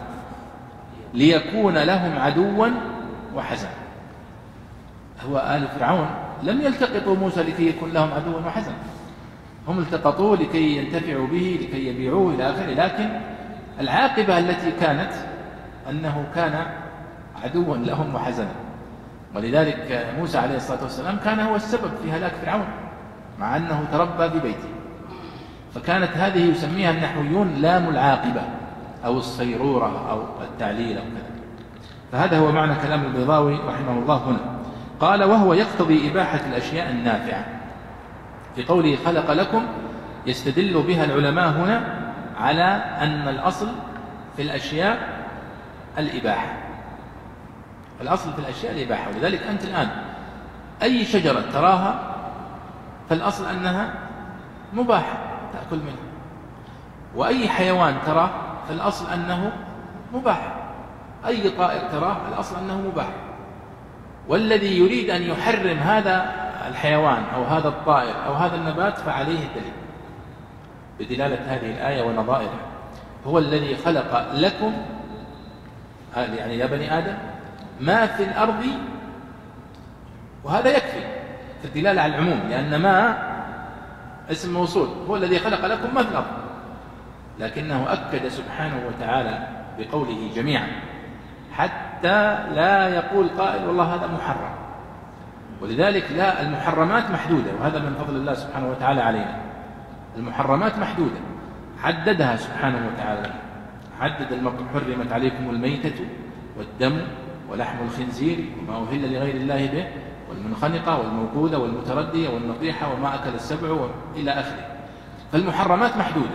Speaker 2: ليكون لهم عدوا وحزنا. هو آل فرعون لم يلتقطوا موسى لكي يكون لهم عدوا وحزنا، هم التقطوه لكي ينتفعوا به لكي يبيعوه إلى آخره، لكن العاقبة التي كانت أنه كان عدوا لهم وحزنا. ولذلك موسى عليه الصلاة والسلام كان هو السبب في هلاك فرعون مع أنه تربى في بيته. فكانت هذه يسميها النحويون لام العاقبة أو الصيرورة أو التعليل أو كذا. فهذا هو معنى كلام البيضاوي رحمه الله هنا. قال وهو يقتضي إباحة الأشياء النافعة. في قوله خلق لكم يستدل بها العلماء هنا على أن الأصل في الأشياء الإباحة، الأصل في الأشياء الإباحة. ولذلك أنت الآن أي شجرة تراها فالأصل أنها مباحة تأكل منها، وأي حيوان تراه فالأصل أنه مباح، أي طائر تراه الأصل أنه مباح. والذي يريد أن يحرم هذا الحيوان أو هذا الطائر أو هذا النبات فعليه الدليل بدلالة هذه الآية ونظائرها. هو الذي خلق لكم يعني يا بني آدم ما في الأرض، وهذا يكفي في الدلالة على العموم، لأن ما اسم موصول، هو الذي خلق لكم ما في الأرض، لكنه أكد سبحانه وتعالى بقوله جميعا حتى لا يقول قائل والله هذا محرم. ولذلك لا، المحرمات محدودة، وهذا من فضل الله سبحانه وتعالى علينا. المحرمات محدودة حددها سبحانه وتعالى، حدد حرمت عليكم الميتة والدم ولحم الخنزير وما أهل لغير الله به، والمنخنقة والموقوذة والمتردية والنطيحة وما أكل السبع إلى آخره. فالمحرمات محدودة،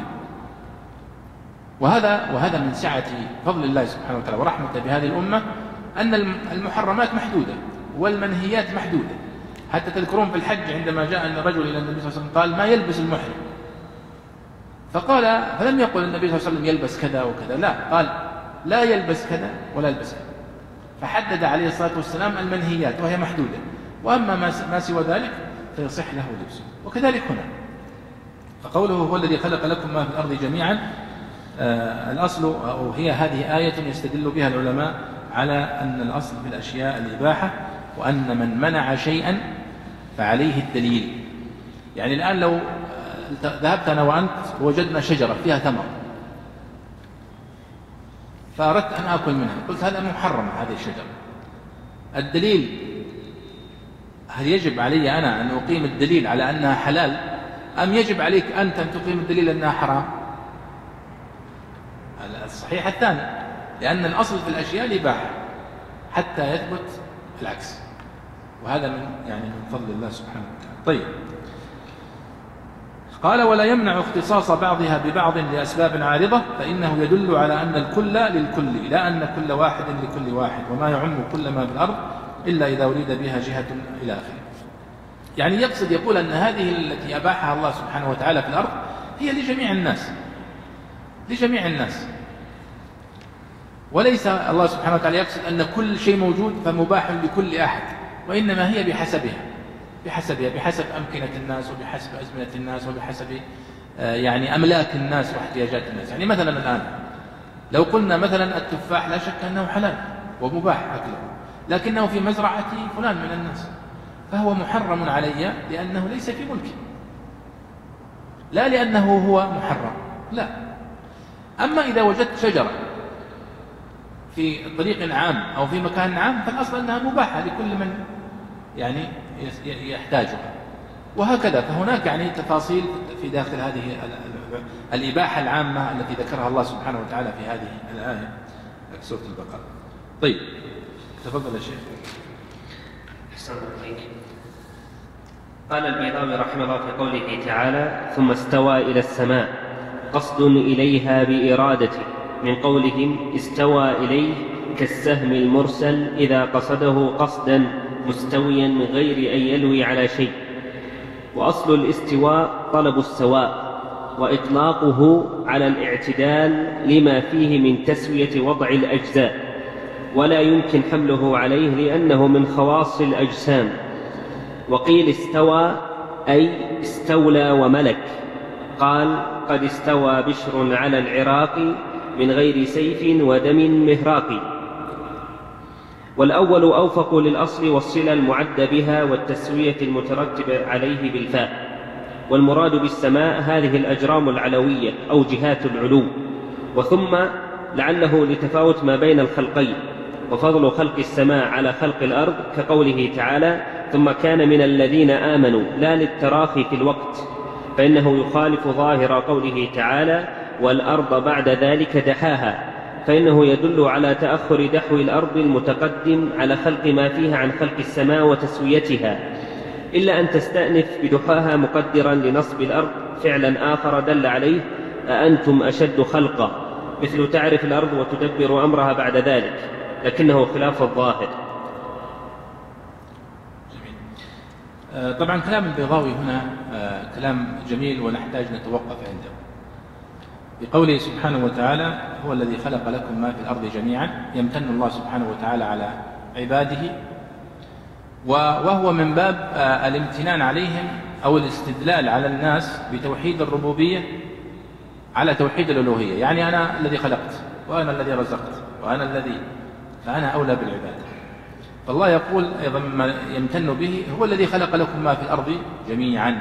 Speaker 2: وهذا من سعة فضل الله سبحانه وتعالى ورحمته بهذه الأمة، أن المحرمات محدودة والمنهيات محدودة. حتى تذكرون في الحج عندما جاء الرجل إلى النبي صلى الله عليه وسلم قال: ما يلبس المحرم؟ فلم يقل النبي صلى الله عليه وسلم يلبس كذا وكذا، لا، قال لا يلبس كذا ولا يلبس كذا، فحدد عليه الصلاة والسلام المنهيات وهي محدودة، وأما ما سوى ذلك فيصح له لبسه. وكذلك هنا، فقوله هو الذي خلق لكم ما في الأرض جميعا، الأصل أو هي هذه آية يستدل بها العلماء على أن الأصل في الأشياء الإباحة، وأن من منع شيئا فعليه الدليل. يعني الآن لو ذهبت أنا وأنت ووجدنا شجرة فيها ثمر فأردت أن آكل منها، قلت هذا محرم هذه الشجرة، الدليل هل يجب علي أنا أن أقيم الدليل على أنها حلال، أم يجب عليك أنت أن تقيم الدليل أنها حرام؟ الصحيح الثاني، لأن الأصل في الأشياء الإباحة حتى يثبت العكس، وهذا من فضل الله سبحانه وتعالى. طيب، قال: ولا يمنع اختصاص بعضها ببعض لأسباب عارضة، فإنه يدل على أن الكل للكل، لا أن كل واحد لكل واحد، وما يعم كل ما في الأرض إلا إذا أريد بها جهة إلى آخره. يعني يقول أن هذه التي أباحها الله سبحانه وتعالى في الأرض هي لجميع الناس، وليس الله سبحانه وتعالى يقصد أن كل شيء موجود فمباح لكل أحد، وإنما هي بحسب أمكنة الناس، وبحسب أزمنة الناس، وبحسب أملاك الناس واحتياجات الناس. يعني مثلا الآن لو قلنا مثلا التفاح لا شك أنه حلال ومباح أكله، لكنه في مزرعة فلان من الناس، فهو محرم علي لأنه ليس في ملكي، لا لأنه هو محرم، لا. أما إذا وجدت شجرة في طريق عام أو في مكان عام فالأصل أنها مباحة لكل من يحتاجها، وهكذا. فهناك تفاصيل في داخل هذه الإباحة العامة التي ذكرها الله سبحانه وتعالى في هذه الآية في سورة البقرة. طيب، تفضل يا شيخ.
Speaker 3: قال البيضاوي رحمه الله في قوله تعالى: ثم استوى إلى السماء، قصد إليها بإرادته، من قولهم استوى إليه كالسهم المرسل إذا قصده قصدا مستويا من غير أن يلوي على شيء. وأصل الاستواء طلب السواء، وإطلاقه على الاعتدال لما فيه من تسوية وضع الأجزاء، ولا يمكن حمله عليه لأنه من خواص الأجسام. وقيل استوى أي استولى وملك، قال: قد استوى بشر على العراق من غير سيف ودم مهراق. والأول أوفق للأصل والصلة المعد بها والتسوية المترتب عليه بالفاء. والمراد بالسماء هذه الأجرام العلوية أو جهات العلو، وثم لعله لتفاوت ما بين الخلقين، وفضل خلق السماء على خلق الأرض كقوله تعالى: ثم كان من الذين آمنوا، لا للتراخي في الوقت، فإنه يخالف ظاهر قوله تعالى: والأرض بعد ذلك دحاها، فإنه يدل على تأخر دحو الأرض المتقدم على خلق ما فيها عن خلق السماء وتسويتها، إلا أن تستأنف بدحاها مقدرا لنصب الأرض فعلا آخر دل عليه: أأنتم أشد خلقا، مثل تعرف الأرض وتدبر أمرها بعد ذلك، لكنه خلاف الظاهر.
Speaker 2: طبعا كلام البيضاوي هنا كلام جميل ونحتاج نتوقف عنده. بقوله سبحانه وتعالى: هو الذي خلق لكم ما في الأرض جميعا، يمتن الله سبحانه وتعالى على عباده، وهو من باب الامتنان عليهم أو الاستدلال على الناس بتوحيد الربوبية على توحيد الألوهية. يعني أنا الذي خلقت، وأنا الذي رزقت، وأنا الذي، فأنا أولى بالعبادة. فالله يقول أيضا ما يمتن به: هو الذي خلق لكم ما في الأرض جميعا،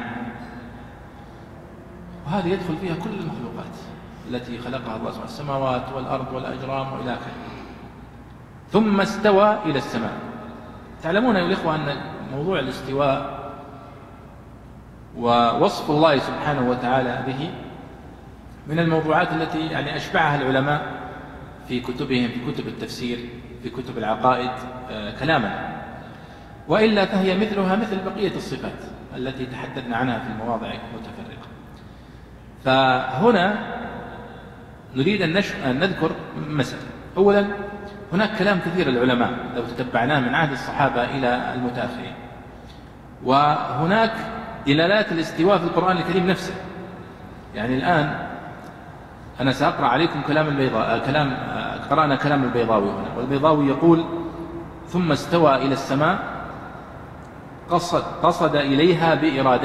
Speaker 2: وهذا يدخل فيها كل المخلوقات التي خلقها الله سبحانه، السماوات والأرض والأجرام وإلى آخره. ثم استوى إلى السماء. تعلمون أيها الإخوة أن موضوع الاستواء ووصف الله سبحانه وتعالى به من الموضوعات التي أشبعها العلماء في كتبهم، في كتب التفسير، في كتب العقائد كلاما، وإلا فهي مثلها مثل بقية الصفات التي تحدثنا عنها في المواضع المتفرقة. فهنا نريد أن نذكر مسألة. أولا، هناك كلام كثير العلماء لو تتبعناه من عهد الصحابة إلى المتأخرين، وهناك دلالات الاستواء في القرآن الكريم نفسه. يعني الآن أنا سأقرأ عليكم قرأنا كلام البيضاوي هنا، والبيضاوي يقول: ثم استوى إلى السماء قصد إليها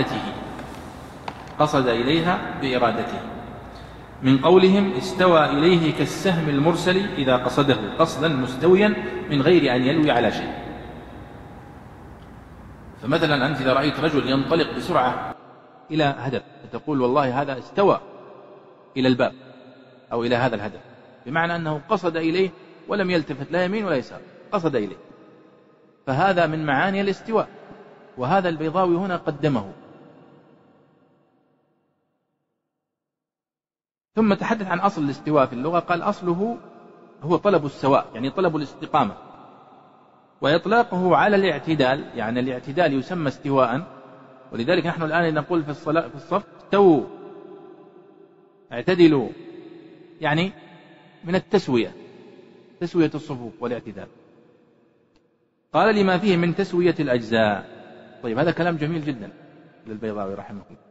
Speaker 2: بإرادته من قولهم استوى إليه كالسهم المرسل إذا قصده قصدا مستويا من غير أن يلوي على شيء. فمثلا أنت إذا رأيت رجل ينطلق بسرعة إلى هدف تقول والله هذا استوى إلى الباب أو إلى هذا الهدف، بمعنى أنه قصد إليه ولم يلتفت لا يمين ولا يسار، قصد إليه. فهذا من معاني الاستواء، وهذا البيضاوي هنا قدمه. ثم تحدث عن أصل الاستواء في اللغة، قال أصله هو طلب السواء، يعني طلب الاستقامة، وإطلاقه على الاعتدال، يعني الاعتدال يسمى استواء. ولذلك نحن الآن نقول في الصف استووا، اعتدلوا، يعني من التسوية، تسوية الصفوف والاعتدال. قال لما فيه من تسوية الأجزاء. طيب، هذا كلام جميل جدا للبيضاوي رحمه الله.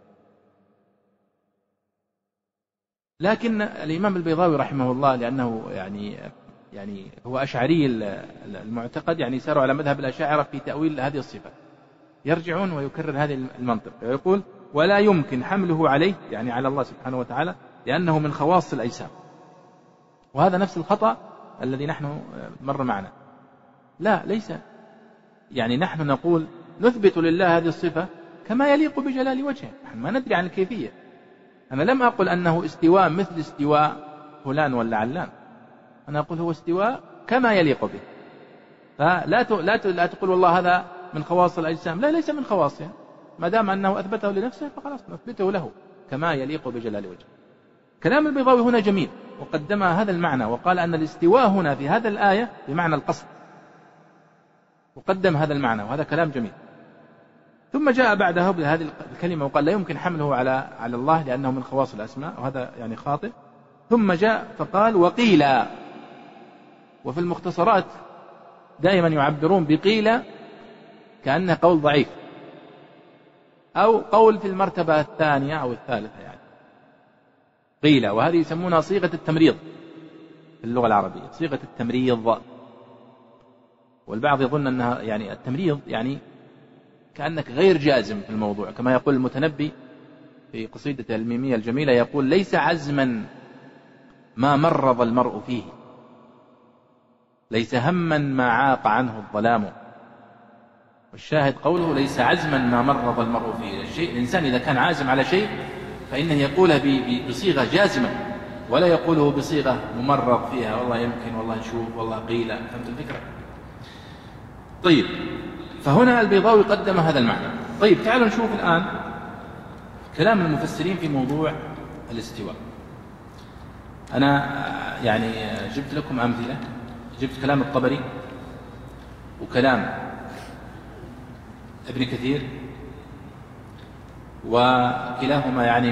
Speaker 2: لكن الإمام البيضاوي رحمه الله لأنه يعني هو أشعري المعتقد، يعني ساروا على مذهب الأشاعرة في تأويل هذه الصفات، يرجعون ويكرر هذه المنطق ويقول: ولا يمكن حمله عليه، يعني على الله سبحانه وتعالى، لأنه من خواص الأجسام. وهذا نفس الخطأ الذي نحن مر معنا. لا، ليس، يعني نحن نقول نثبت لله هذه الصفة كما يليق بجلال وجهه، نحن ما ندري عن الكيفية. أنا لم أقل أنه استواء مثل استواء فلان ولا علان، أنا أقول هو استواء كما يليق به. فلا تقول والله هذا من خواص الأجسام، لا، ليس من خواصها، ما دام أنه أثبته لنفسه فخلاص نثبته له كما يليق بجلال وجهه. كلام البيضاوي هنا جميل، وقدم هذا المعنى، وقال أن الاستواء هنا في هذا الآية بمعنى القصد، وقدم هذا المعنى، وهذا كلام جميل. ثم جاء بعدها بهذه الكلمة وقال: لا يمكن حمله على الله لأنه من خواص الأسماء، وهذا يعني خاطئ. ثم جاء فقال: وقيل. وفي المختصرات دائما يعبرون بقيل كأنه قول ضعيف، أو قول في المرتبة الثانية أو الثالثة، يعني قيل، وهذه يسمونها صيغة التمريض في اللغة العربية، صيغة التمريض. والبعض يظن أنها يعني التمريض يعني كأنك غير جازم في الموضوع، كما يقول المتنبي في قصيدته الميمية الجميلة، يقول: ليس عزما ما مرض المرء فيه، ليس هما ما عاق عنه الظلام. والشاهد قوله: ليس عزما ما مرض المرء فيه. الشيء الإنسان إذا كان عازم على شيء فإنه يقوله بصيغة جازمة، ولا يقوله بصيغة ممرض فيها والله يمكن، والله نشوف، والله قيل. فهمت الفكرة؟ طيب، فهنا البيضاوي قدم هذا المعنى. طيب، تعالوا نشوف الآن كلام المفسرين في موضوع الاستواء. أنا يعني جبت لكم أمثلة، جبت كلام الطبري وكلام ابن كثير، وكلاهما يعني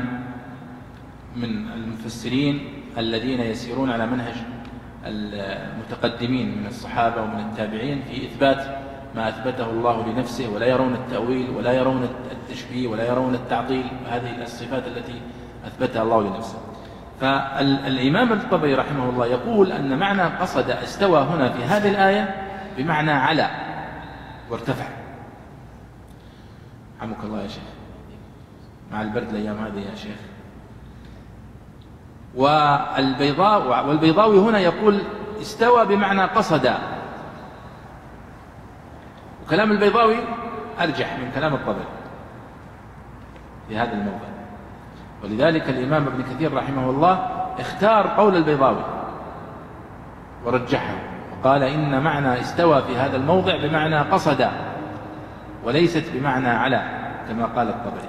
Speaker 2: من المفسرين الذين يسيرون على منهج المتقدمين من الصحابة ومن التابعين في إثبات ما أثبته الله لنفسه، ولا يرون التأويل ولا يرون التشبيه ولا يرون التعطيل، هذه الصفات التي أثبتها الله لنفسه. فالإمام الطبري رحمه الله يقول أن معنى قصد استوى هنا في هذه الآية بمعنى على وارتفع. رحمك الله يا شيخ، مع البرد الأيام هذه يا شيخ. والبيضاوي هنا يقول استوى بمعنى قصد، وكلام البيضاوي أرجح من كلام الطبري في هذا الموضع. ولذلك الإمام ابن كثير رحمه الله اختار قول البيضاوي ورجحه، وقال إن معنى استوى في هذا الموضع بمعنى قصد وليست بمعنى على كما قال الطبري.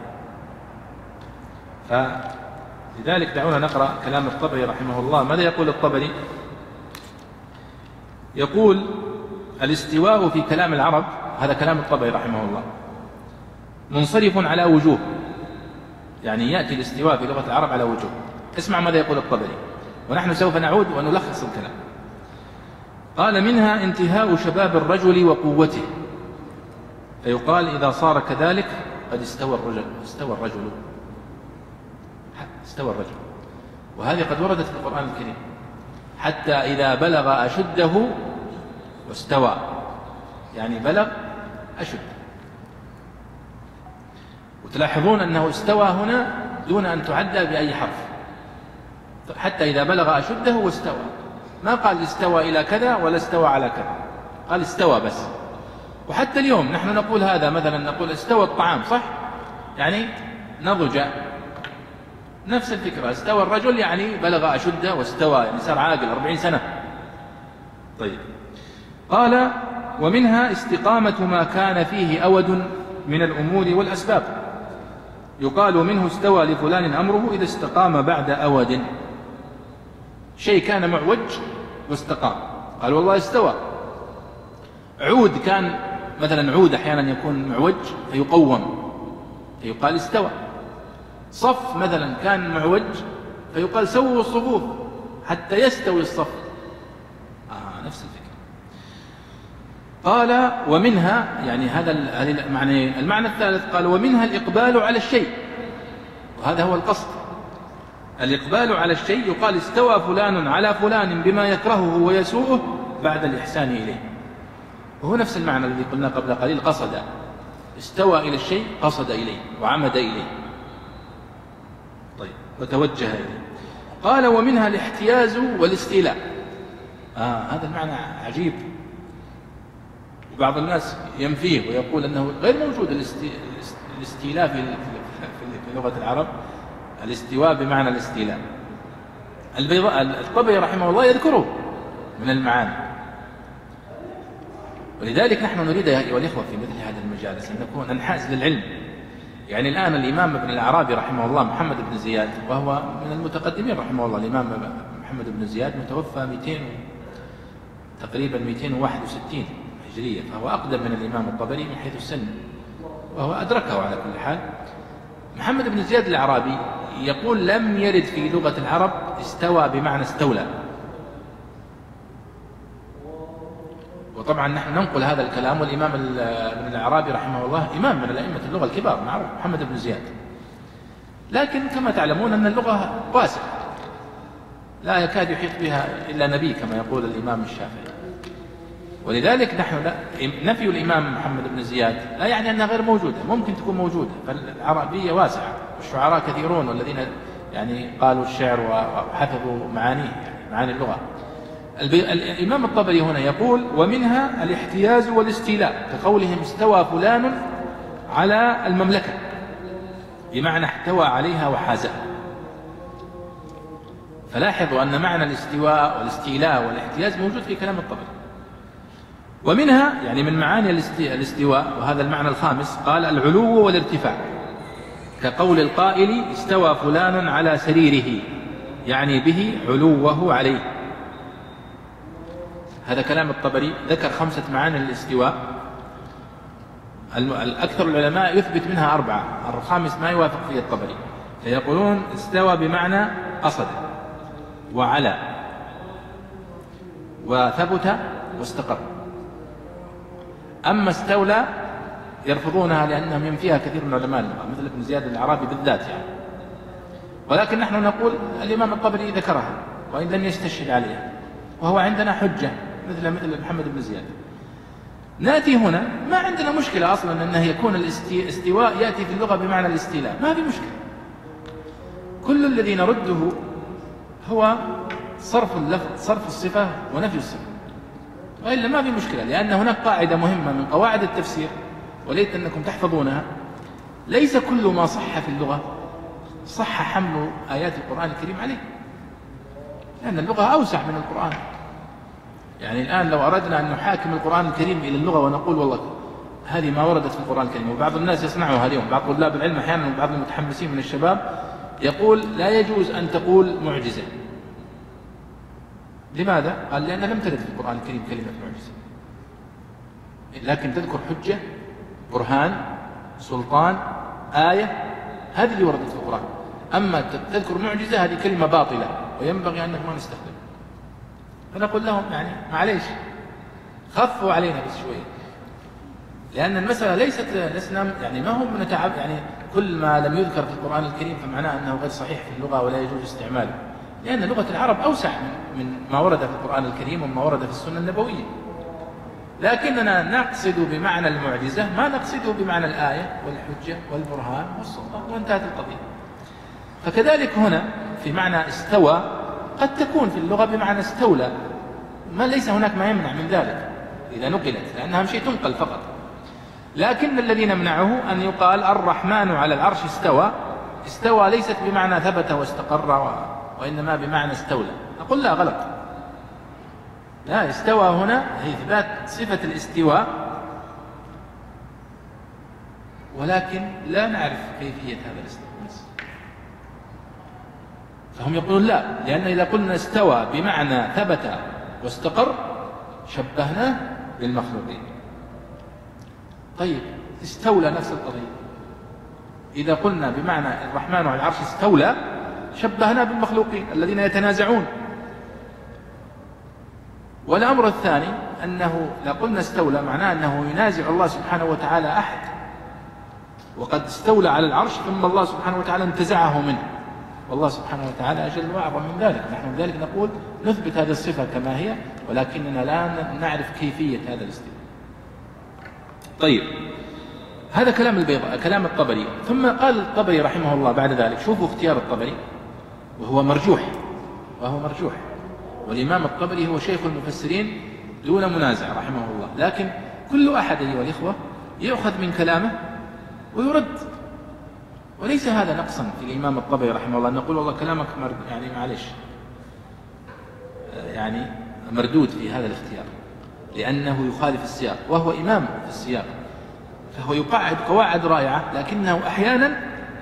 Speaker 2: فلذلك دعونا نقرأ كلام الطبري رحمه الله. ماذا يقول الطبري؟ يقول الاستواء في كلام العرب، هذا كلام الطبري رحمه الله، منصرف على وجوه، يعني يأتي الاستواء في لغة العرب على وجوه. اسمع ماذا يقول الطبري، ونحن سوف نعود ونلخص الكلام. قال: منها انتهاء شباب الرجل وقوته، فيقال إذا صار كذلك قد استوى الرجل. وهذه قد وردت في القرآن الكريم، حتى إذا بلغ أشده واستوى، يعني بلغ أشد. وتلاحظون أنه استوى هنا دون أن تعدى بأي حرف، حتى إذا بلغ أشده واستوى، ما قال استوى إلى كذا ولا استوى على كذا، قال استوى بس. وحتى اليوم نحن نقول هذا، مثلا نقول استوى الطعام، صح؟ يعني نضج، نفس الفكرة. استوى الرجل يعني بلغ أشده واستوى، يعني صار عاقل 40 سنة. طيب، قال: ومنها استقامة ما كان فيه أود من الأمور والأسباب، يقال منه استوى لفلان أمره إذا استقام بعد أود. شيء كان معوج واستقام، قال والله استوى. عود كان مثلا، عود أحيانا يكون معوج فيقوم فيقال استوى. صف مثلا كان معوج فيقال سووا الصفوف حتى يستوي الصف. نفس الفكرة. قال: ومنها، يعني هذا المعنى الثالث، قال: ومنها الإقبال على الشيء، وهذا هو القصد. الإقبال على الشيء يقال استوى فلان على فلان بما يكرهه ويسوءه بعد الإحسان إليه، وهو نفس المعنى الذي قلنا قبل قليل، قصد. استوى إلى الشيء، قصد إليه وعمد إليه، طيب، وتوجه إليه. قال: ومنها الاحتياز والاستيلاء. هذا المعنى عجيب، وبعض الناس ينفيه ويقول أنه غير موجود الاستيلاء في لغة العرب، الاستواء بمعنى الاستيلاء. الطبري رحمه الله يذكره من المعاني. ولذلك نحن نريد أيها الإخوة في مثل هذه المجالس أن نكون ننحاز للعلم. يعني الآن الإمام ابن الأعرابي رحمه الله محمد بن زياد، وهو من المتقدمين رحمه الله، الإمام محمد بن زياد متوفى تقريبا 261 هجرية، فهو أقدم من الإمام الطبري من حيث السن، وهو أدركه على كل حال. محمد بن زياد الأعرابي يقول: لم يرد في لغة العرب استوى بمعنى استولى. وطبعا نحن ننقل هذا الكلام، والإمام ابن الأعرابي رحمه الله إمام من الأئمة اللغة الكبار، معروف محمد بن زياد. لكن كما تعلمون أن اللغة واسعة، لا يكاد يحيط بها إلا نبي كما يقول الإمام الشافعي. ولذلك نحن نفي الإمام محمد بن زياد لا يعني أنها غير موجودة، ممكن تكون موجودة، فالعربية واسعة والشعراء كثيرون، والذين يعني قالوا الشعر وحفظوا معانيه، يعني معاني اللغة. الإمام الطبري هنا يقول: ومنها الاحتياز والاستيلاء، كقولهم استوى فلان على المملكة، بمعنى احتوى عليها وحازها. فلاحظوا أن معنى الاستواء والاستيلاء والاحتياز موجود في كلام الطبري. ومنها، يعني من معاني الاستواء، وهذا المعنى الخامس، قال: العلو والارتفاع، كقول القائل استوى فلان على سريره، يعني به علوه عليه. هذا كلام الطبري، ذكر 5 معاني للاستواء. الأكثر العلماء يثبت منها 4، الخامس ما يوافق فيه الطبري، فيقولون استوى بمعنى قصد وعلى وثبت واستقر. أما استولى يرفضونها لأنهم ينفيها كثير من علماء اللغة، مثل ابن زياد الأعرابي بالذات يعني. ولكن نحن نقول الإمام الطبري ذكرها وإن لم يستشهد عليها، وهو عندنا حجة مثل محمد بن زياد. نأتي هنا، ما عندنا مشكلة أصلا أنه يكون الاستواء يأتي في اللغة بمعنى الاستيلاء، ما في مشكلة. كل الذي نرده هو صرف اللفظ، صرف الصفة ونفي الصفة، وإلا ما في مشكلة. لأن هناك قاعدة مهمة من قواعد التفسير، وليت أنكم تحفظونها: ليس كل ما صح في اللغة صح حمل آيات القرآن الكريم عليه، لأن اللغة أوسع من القرآن. يعني الآن لو أردنا أن نحاكم القرآن الكريم إلى اللغة ونقول والله هذه ما وردت في القرآن الكريم، وبعض الناس يصنعها اليوم، بعض طلاب العلم أحيانا وبعض المتحمسين من الشباب يقول لا يجوز أن تقول معجزة، لماذا؟ قال لأنها لم ترد في القرآن الكريم كلمة معجزة، لكن تذكر حجة، برهان، سلطان، آية، هذه اللي وردت في القرآن. أما تذكر معجزة هذه كلمة باطلة وينبغي أن ما نستخدم. فنقول لهم يعني معليش خفوا علينا بس شوية، لأن المسألة ليست لسنا يعني ما هم نتعب يعني كل ما لم يذكر في القرآن الكريم فمعناه أنه غير صحيح في اللغة ولا يجوز استعماله، لأن لغة العرب أوسع من ما ورد في القرآن الكريم وما ورد في السنة النبوية. لكننا نقصد بمعنى المعجزة ما نقصده بمعنى الآية والحجة والبرهان والسلطان، وانتهت القضية. فكذلك هنا في معنى استوى قد تكون في اللغة بمعنى استولى، ما ليس هناك ما يمنع من ذلك إذا نقلت، لأنها شيء تنقل فقط. لكن الذي نمنعه أن يقال الرحمن على العرش استوى. استوى ليست بمعنى ثبت واستقر وإنما بمعنى استولى. أقول لا، غلط. لا، استوى هنا هي إثبات صفة الاستواء، ولكن لا نعرف كيفية هذا الاستواء. فهم يقولون لا، لأن إذا قلنا استوى بمعنى ثبت واستقر شبهناه بالمخلوقين. طيب استولى نفس القضية، إذا قلنا بمعنى الرحمن على العرش استولى شبهناه بالمخلوقين الذين يتنازعون. والأمر الثاني أنه لا قلنا استولى معناه أنه ينازع الله سبحانه وتعالى أحد، وقد استولى على العرش ثم الله سبحانه وتعالى انتزعه منه، والله سبحانه وتعالى أجل وأعظم من ذلك. نحن لذلك نقول نثبت هذه الصفة كما هي، ولكننا لا نعرف كيفية هذا الاستواء. طيب هذا كلام الطبري. ثم قال الطبري رحمه الله بعد ذلك، شوفوا اختيار الطبري وهو مرجوح، والإمام الطبري هو شيخ المفسرين دون منازع رحمه الله، لكن كل أحد أيها الإخوة يأخذ من كلامه ويرد، وليس هذا نقصا في الإمام الطبري رحمه الله أن نقول والله كلامك يعني معلش يعني مردود في هذا الاختيار، لأنه يخالف السياق، وهو إمام في السياق، فهو يقعد قواعد رائعة، لكنه أحيانا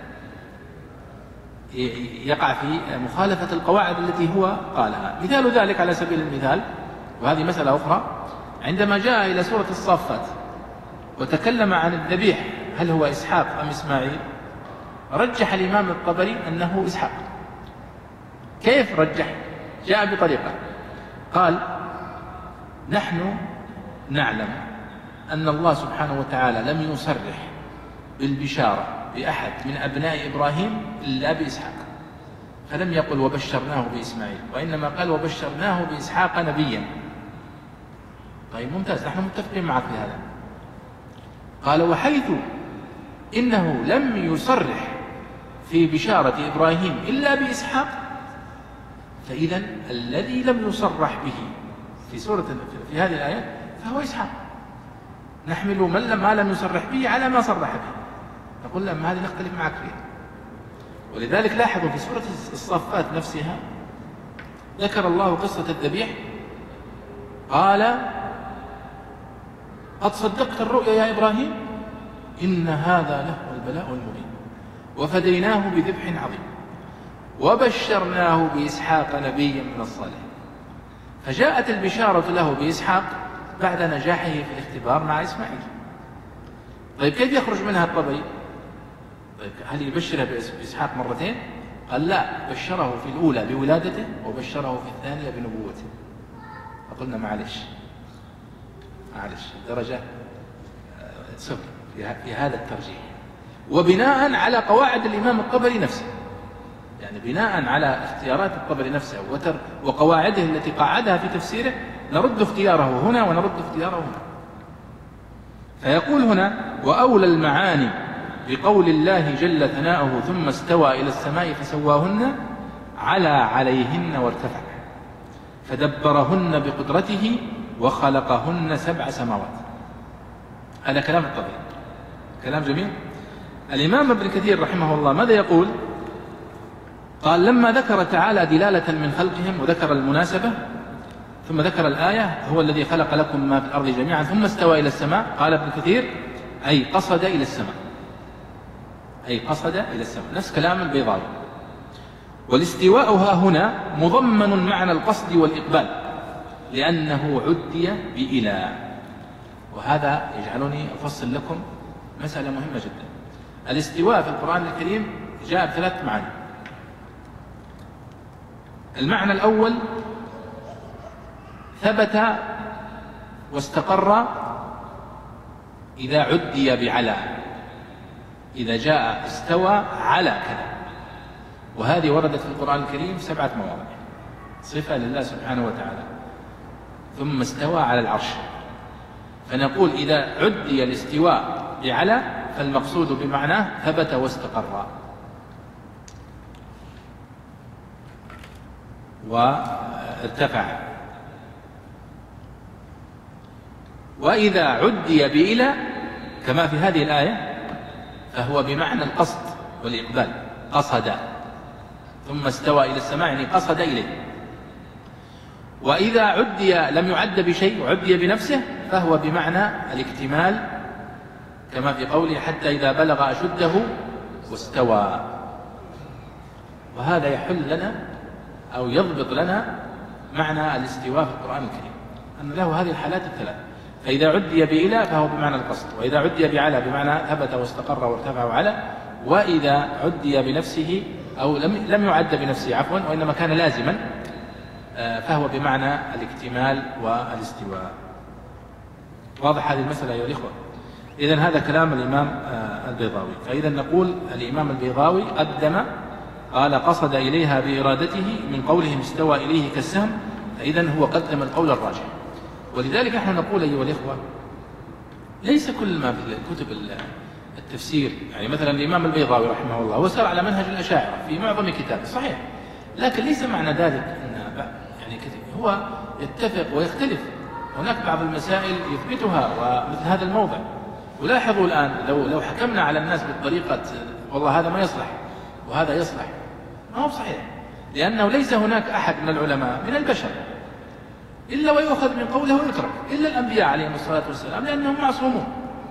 Speaker 2: يقع في مخالفة القواعد التي هو قالها. مثال ذلك على سبيل المثال، وهذه مسألة أخرى، عندما جاء إلى سورة الصافات وتكلم عن الذبيح هل هو إسحاق أم إسماعيل، رجح الإمام الطبري أنه إسحاق. كيف رجح؟ جاء بطريقة، قال نحن نعلم أن الله سبحانه وتعالى لم يصرح بالبشارة بأحد من أبناء إبراهيم إلا بإسحاق، فلم يقل وبشرناه بإسماعيل، وإنما قال وبشرناه بإسحاق نبيا. طيب ممتاز، نحن متفقين معك في هذا. قال وحيث إنه لم يصرح في بشارة إبراهيم إلا بإسحاق، فإذا الذي لم يصرح به في هذه الآية فهو إسحاق، نحمل ما لم يصرح به على ما صرح به. نقول لهم هذه نختلف معك فيها. ولذلك لاحظوا في سورة الصافات نفسها ذكر الله قصة الذبيح، قال قد صدقت الرؤيا يا إبراهيم إن هذا لهو البلاء المبين وفديناه بذبح عظيم وبشرناه بإسحاق نبيا من الصالحين. فجاءت البشارة له بإسحاق بعد نجاحه في الاختبار مع إسماعيل. طيب كيف يخرج منها الطبري؟ طيب هل يبشره بإسحاق مرتين؟ قال لا، بشره في الأولى بولادته وبشره في الثانية بنبوته. فقلنا معلش الدرجة صفر في هذا الترجيح، وبناء على قواعد الإمام الطبري نفسه، يعني بناء على اختيارات الطبري نفسه وقواعده التي قاعدها في تفسيره نرد اختياره هنا ونرد اختياره هنا. فيقول هنا وأولى المعاني بقول الله جل ثناؤه ثم استوى إلى السماء فسواهن عليهن وارتفع فدبرهن بقدرته وخلقهن 7 سماوات. هذا كلام الطبري، كلام جميل. الإمام ابن كثير رحمه الله ماذا يقول؟ قال لما ذكر تعالى دلالة من خلقهم وذكر المناسبة ثم ذكر الآية هو الذي خلق لكم ما في الأرض جميعا ثم استوى إلى السماء، قال ابن كثير أي قصد إلى السماء، نفس كلام البيضاوي. والاستواء ها هنا مضمن معنى القصد والإقبال، لأنه عدي بإلى. وهذا يجعلني أفصل لكم مسألة مهمة جدا. الاستواء في القرآن الكريم جاء بثلاث معاني. المعنى الأول ثبت واستقر إذا عدي بعلى، إذا جاء استوى على كذا، وهذه وردت في القرآن الكريم 7 مواضع، صفة لله سبحانه وتعالى. ثم استوى على العرش، فنقول إذا عدي الاستواء بعلى فالمقصود بمعناه ثبت واستقر وارتفع. وإذا عدي بإلى كما في هذه الآية فهو بمعنى القصد والإقبال، قصد ثم استوى إلى السماء يعني قصد إليه. وإذا عدي لم يعد بشيء وعدي بنفسه فهو بمعنى الاكتمال كما في قوله حتى إذا بلغ أشده واستوى. وهذا يحل لنا أو يضبط لنا معنى الاستواء في القرآن الكريم، أن له هذه الحالات الثلاث. فإذا عدي بإلى فهو بمعنى القصد، وإذا عدي بعلى بمعنى ثبت واستقر وارتفع وعلى، وإذا عدي بنفسه أو لم يعد بنفسه عفوا وإنما كان لازما فهو بمعنى الاكتمال والاستواء. واضح هذه المسألة أيها الإخوة؟ إذن هذا كلام الإمام البيضاوي. فإذا نقول الإمام البيضاوي قدم قال قصد إليها بإرادته من قولهم استوى إليه كالسهم، فإذن هو قدم القول الراجح. ولذلك نحن نقول أيها الإخوة ليس كل ما في كتب التفسير، يعني مثلا الإمام البيضاوي رحمه الله وسار على منهج الأشاعرة في معظم كتابه صحيح، لكن ليس معنى ذلك أن يعني هو يتفق ويختلف. هناك بعض المسائل يثبتها ومثل هذا الموضع. ولاحظوا الآن لو حكمنا على الناس بالطريقة والله هذا ما يصلح وهذا يصلح، ما هو صحيح، لأنه ليس هناك أحد من العلماء من البشر إلا ويؤخذ من قوله ويترك، إلا الأنبياء عليهم الصلاة والسلام لأنهم معصومون.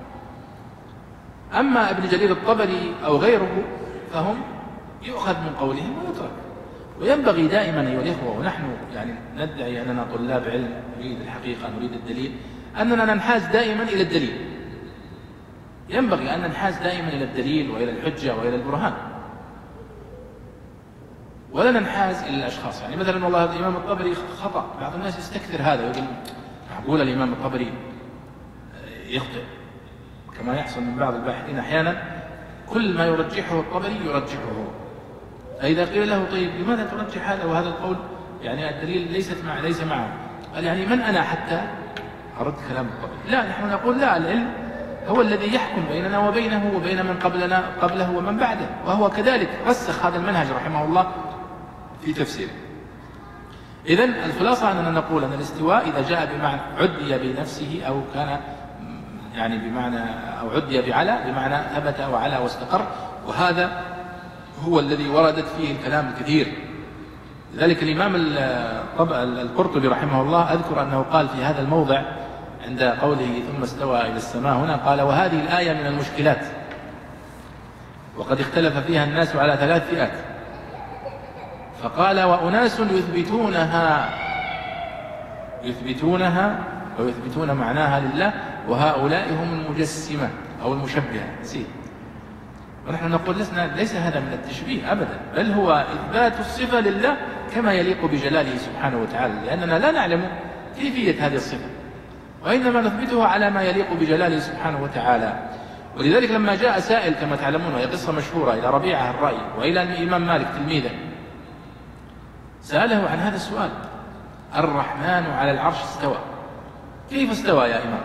Speaker 2: أما ابن جرير الطبري أو غيره فهم يؤخذ من قولهم ويترك. وينبغي دائما أيها الإخوة، ونحن يعني ندعي أننا طلاب علم نريد الحقيقة نريد الدليل، أننا ننحاز دائما إلى الدليل. ينبغي أن ننحاز دائما إلى الدليل وإلى الحجة وإلى البرهان، ولا ننحاز إلى الأشخاص. يعني مثلا والله الإمام الطبري خطأ، بعض الناس يستكثر هذا ويقول معقول الإمام الطبري يخطئ، كما يحصل من بعض الباحثين أحيانا كل ما يرجحه الطبري يرجحه هو. فإذا قيل له طيب لماذا ترجح هذا وهذا القول، يعني الدليل ليس معه، قال يعني من أنا حتى أرد كلام الطبري؟ لا، نحن نقول لا، العلم هو الذي يحكم بيننا وبينه وبين من قبله ومن بعده، وهو كذلك رسخ هذا المنهج رحمه الله في تفسيره. إذن الخلاصة أننا نقول أن الاستواء إذا جاء بمعنى عدي بنفسه أو كان يعني بمعنى أو عدي بعلى بمعنى ثبت وعلى واستقر، وهذا هو الذي وردت فيه الكلام الكثير. لذلك الإمام القرطبي رحمه الله أذكر أنه قال في هذا الموضع عند قوله ثم استوى إلى السماء هنا، قال وهذه الآية من المشكلات وقد اختلف فيها الناس على 3 فئات. فقال وأناس يثبتونها ويثبتون معناها لله، وهؤلاء هم المجسمة أو المشبهة. ونحن نقول ليس هذا من التشبيه أبدا، بل هو إثبات الصفة لله كما يليق بجلاله سبحانه وتعالى، لأننا لا نعلم كيفية هذه الصفة وإنما نثبتها على ما يليق بجلاله سبحانه وتعالى. ولذلك لما جاء سائل كما تعلمون، وهي قصة مشهورة، إلى ربيعة الرأي وإلى الإمام مالك تلميذه، سأله عن هذا السؤال: الرحمن على العرش استوى، كيف استوى يا إمام؟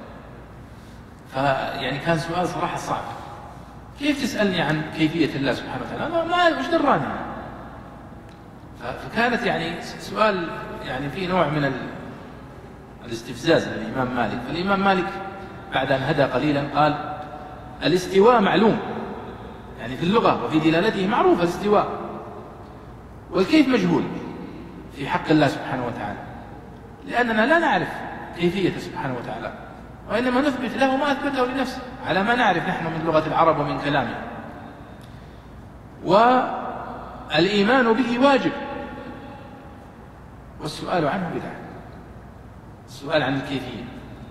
Speaker 2: فيعني كان سؤال صراحة صعب، كيف تسألني عن كيفية الله سبحانه وتعالى؟ ما وش دراني. فكانت يعني سؤال يعني فيه نوع من الاستفزاز للإمام مالك. فالإمام مالك بعد أن هدى قليلا قال: الاستواء معلوم، يعني في اللغة وفي دلالته معروف الاستواء، والكيف مجهول في حق الله سبحانه وتعالى، لأننا لا نعرف كيفية سبحانه وتعالى، وإنما نثبت له ما أثبته لنفسه على ما نعرف نحن من لغة العرب ومن كلامه. والإيمان به واجب، والسؤال عنه بدعة. السؤال عن الكيفية،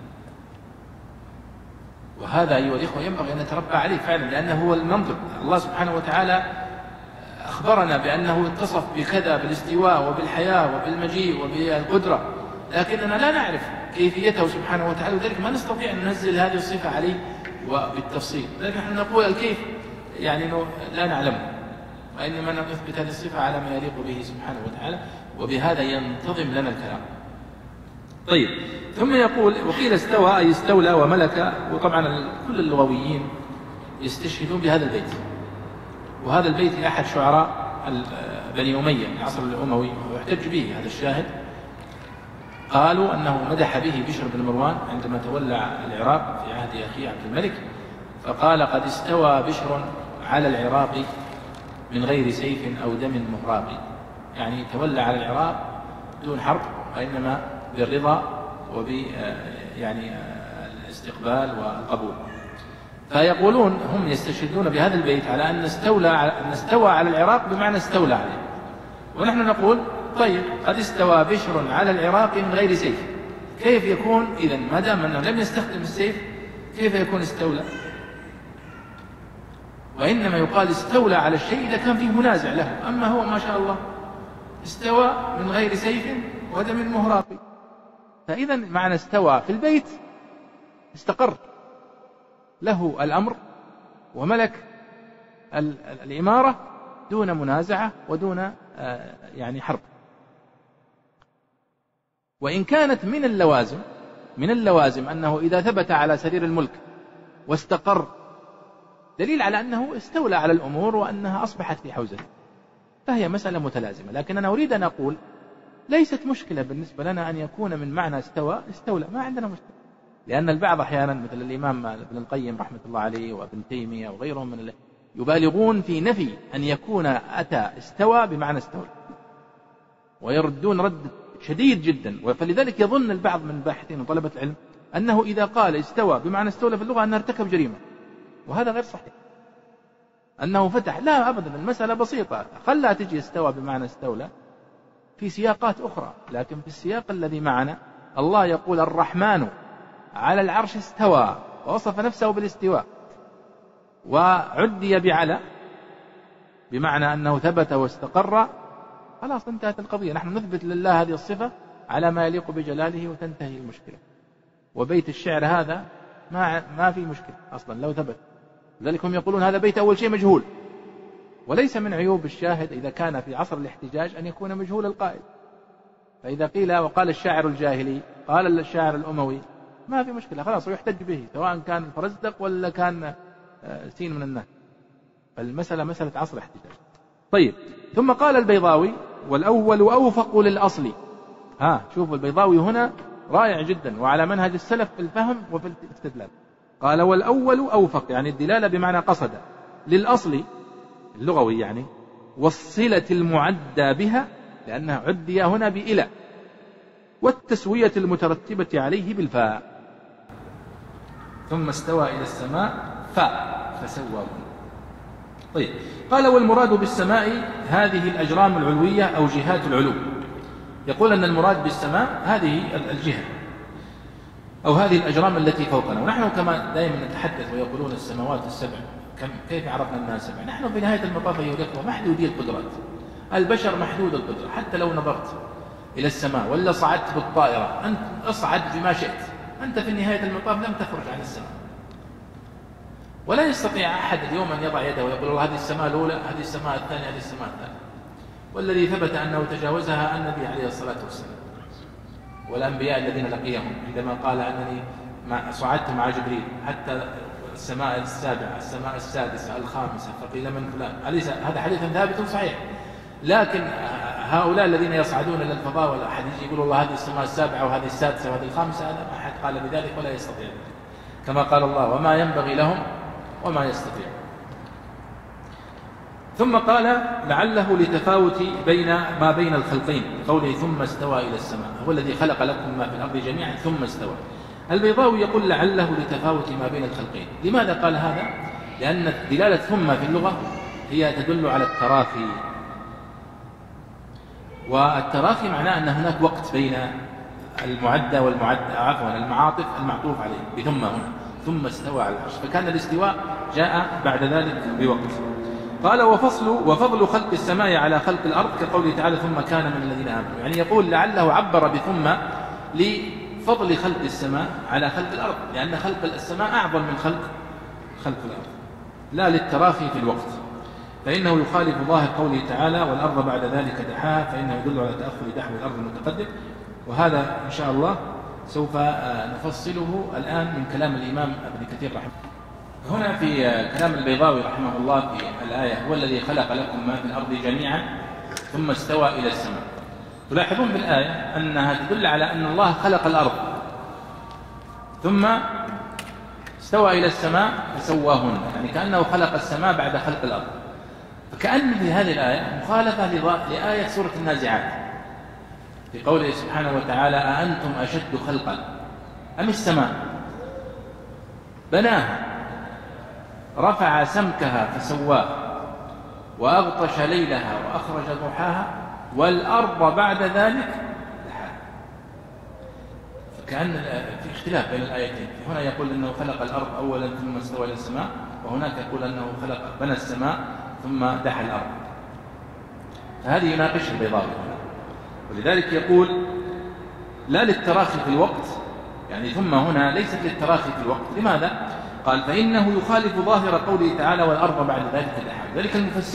Speaker 2: وهذا أيها الإخوة ينبغي أن نتربى عليه فعلا، لأنه هو المنطق. الله سبحانه وتعالى أخبرنا بأنه اتصف بكذا، بالاستواء وبالحياة وبالمجيء وبالقدرة، لكننا لا نعرف كيفيته سبحانه وتعالى، وذلك ما نستطيع أن ننزل هذه الصفة عليه وبالتفصيل. لكن نحن نقول الكيف يعني لا نعلمه، وإنما نثبت هذه الصفة على ما يليق به سبحانه وتعالى، وبهذا ينتظم لنا الكلام. طيب، ثم يقول وقيل استوى أي استولى وملك. وطبعا كل اللغويين يستشهدون بهذا البيت، وهذا البيت لأحد شعراء بني أمية في العصر الأموي، ويحتج به هذا الشاهد. قالوا أنه مدح به بشر بن مروان عندما تولى العراق في عهد أخيه عبد الملك، فقال قد استوى بشر على العراق من غير سيف أو دم مهراق، يعني تولى على العراق دون حرب، وإنما بالرضا يعني الاستقبال والقبول. فيقولون هم يستشهدون بهذا البيت على أن استوى على العراق بمعنى استولى عليه، ونحن نقول طيب قد استوى بشر على العراق من غير سيف، كيف يكون إذن ما دام أنه لم يستخدم السيف كيف يكون استولى؟ وإنما يقال استولى على الشيء إذا كان فيه منازع له، أما هو ما شاء الله استوى من غير سيف ودم مهراق. فإذا معنى استوى في البيت استقر له الأمر وملك الإمارة دون منازعة ودون يعني حرب. وإن كانت من اللوازم أنه إذا ثبت على سرير الملك واستقر دليل على أنه استولى على الأمور وأنها أصبحت في حوزته، فهي مسألة متلازمة. لكن أنا أريد أن أقول ليست مشكلة بالنسبة لنا أن يكون من معنى استولى، ما عندنا مشكلة، لأن البعض أحيانا مثل الإمام ابن القيم رحمة الله عليه وابن تيمية وغيرهم من يبالغون في نفي أن يكون أتى استوى بمعنى استولى، ويردون رد شديد جدا. فلذلك يظن البعض من الباحثين وطلبة العلم أنه إذا قال استوى بمعنى استولى في اللغة أنه ارتكب جريمة، وهذا غير صحيح، أنه فتح. لا أبدا، المسألة بسيطة، خلها تجي استوى بمعنى استولى في سياقات أخرى، لكن في السياق الذي معنا الله يقول الرحمن على العرش استوى، ووصف نفسه بالاستواء، وعدي بعلى بمعنى أنه ثبت واستقر، خلاص انتهت القضية. نحن نثبت لله هذه الصفة على ما يليق بجلاله وتنتهي المشكلة. وبيت الشعر هذا ما في مشكلة أصلا لو ثبت، لذلك هم يقولون هذا بيت أول شيء مجهول، وليس من عيوب الشاهد إذا كان في عصر الاحتجاج أن يكون مجهول القائل. فإذا قيل وقال الشاعر الجاهلي قال الشاعر الأموي ما في مشكلة، خلاص يحتج به سواء كان الفرزدق ولا كان سين من الناس، فالمسألة مسألة عصر احتجاج. طيب، ثم قال البيضاوي والأول أوفق للأصل. شوفوا البيضاوي هنا رائع جدا وعلى منهج السلف في الفهم وفي الاستدلال. قال والأول أوفق، يعني الدلالة بمعنى قصد، للأصل اللغوي يعني، والصلة المعدى بها لأنها عدي هنا بإلى، والتسوية المترتبة عليه بالفاء. ثم استوى إلى السماء فسواه. طيب، قال والمراد بالسماء هذه الأجرام العلوية أو جهات العلو. يقول أن المراد بالسماء هذه الجهة أو هذه الأجرام التي فوقنا. ونحن كما دائما نتحدث ويقولون السماوات السبع، كيف عرفنا أنها سبع؟ نحن في نهاية المطاف أيها الأخوة محدودي القدرات، البشر محدود القدرة، حتى لو نظرت إلى السماء ولا صعدت بالطائرة، أنت أصعد بما شئت، أنت في نهاية المطاف لم تخرج عن السماء. ولا يستطيع أحد اليوم أن يضع يده ويقول الله هذه السماء الأولى، هذه السماء الثانية، هذه السماء الثالثة. والذي ثبت أنه تجاوزها النبي عليه الصلاة والسلام والأنبياء الذين لقيهم عندما قال أنني صعدت مع جبريل حتى السماء السابعة، السماء السادسة، الخامسة، فقيل من فلان. هذا حديث ثابت صحيح. لكن هؤلاء الذين يصعدون إلى الفضاء والأحاديث يقولوا الله هذه السماء السابعة وهذه السادسة وهذه الخامسة، هذا ما أحد قال بذلك ولا يستطيع ذلك، كما قال الله وما ينبغي لهم وما يستطيع. ثم قال لعله لتفاوت ما بين الخلقين، قوله ثم استوى إلى السماء، هو الذي خلق لكم ما في الأرض جميعا ثم استوى. البيضاوي يقول لعله لتفاوت ما بين الخلقين. لماذا قال هذا؟ لأن دلالة ثم في اللغة هي تدل على التراخي، والتراخي معناه أن هناك وقت بين المعدة المعاطف المعطوف عليه بثم هنا، ثم استوى على العرش، فكان الاستواء جاء بعد ذلك بوقت. قال وفضل خلق السماء على خلق الأرض كقوله تعالى ثم كان من الذين آمنوا، يعني يقول لعله عبر بثم لفضل خلق السماء على خلق الأرض، لأن خلق السماء أعظم من خلق الأرض، لا للتراخي في الوقت، فإنه يخالف ظاهر قوله تعالى والأرض بعد ذلك دحاها، فإنه يدل على تأخر دحو الأرض المتقدم. وهذا إن شاء الله سوف نفصله الآن من كلام الإمام ابن كثير رحمه الله. هنا في كلام البيضاوي رحمه الله في الآية هو الذي خلق لكم ما في الأرض جميعا ثم استوى إلى السماء. تلاحظون في الآية أنها تدل على أن الله خلق الأرض ثم استوى إلى السماء فسواهن، يعني كأنه خلق السماء بعد خلق الأرض. فكأن في هذه الآية مخالفة لآية سورة النازعات في قوله سبحانه وتعالى أأنتم أشد خلقا أم السماء بناها رفع سمكها فسواها وأغطش ليلها وأخرج ضحاها والأرض بعد ذلك دحاها. فكأن في اختلاف بين الآيتين، هنا يقول أنه خلق الأرض أولا ثم استوى إلى السماء، وهناك يقول أنه بنى السماء ثم دحى الأرض. فهذه يناقش البيضاوي هنا، ولذلك يقول لا للتراخي في الوقت، يعني ثم هنا ليست للتراخي في الوقت. لماذا؟ قال فإنه يخالف ظاهر قوله تعالى والأرض بعد ذلك دحاها. ذلك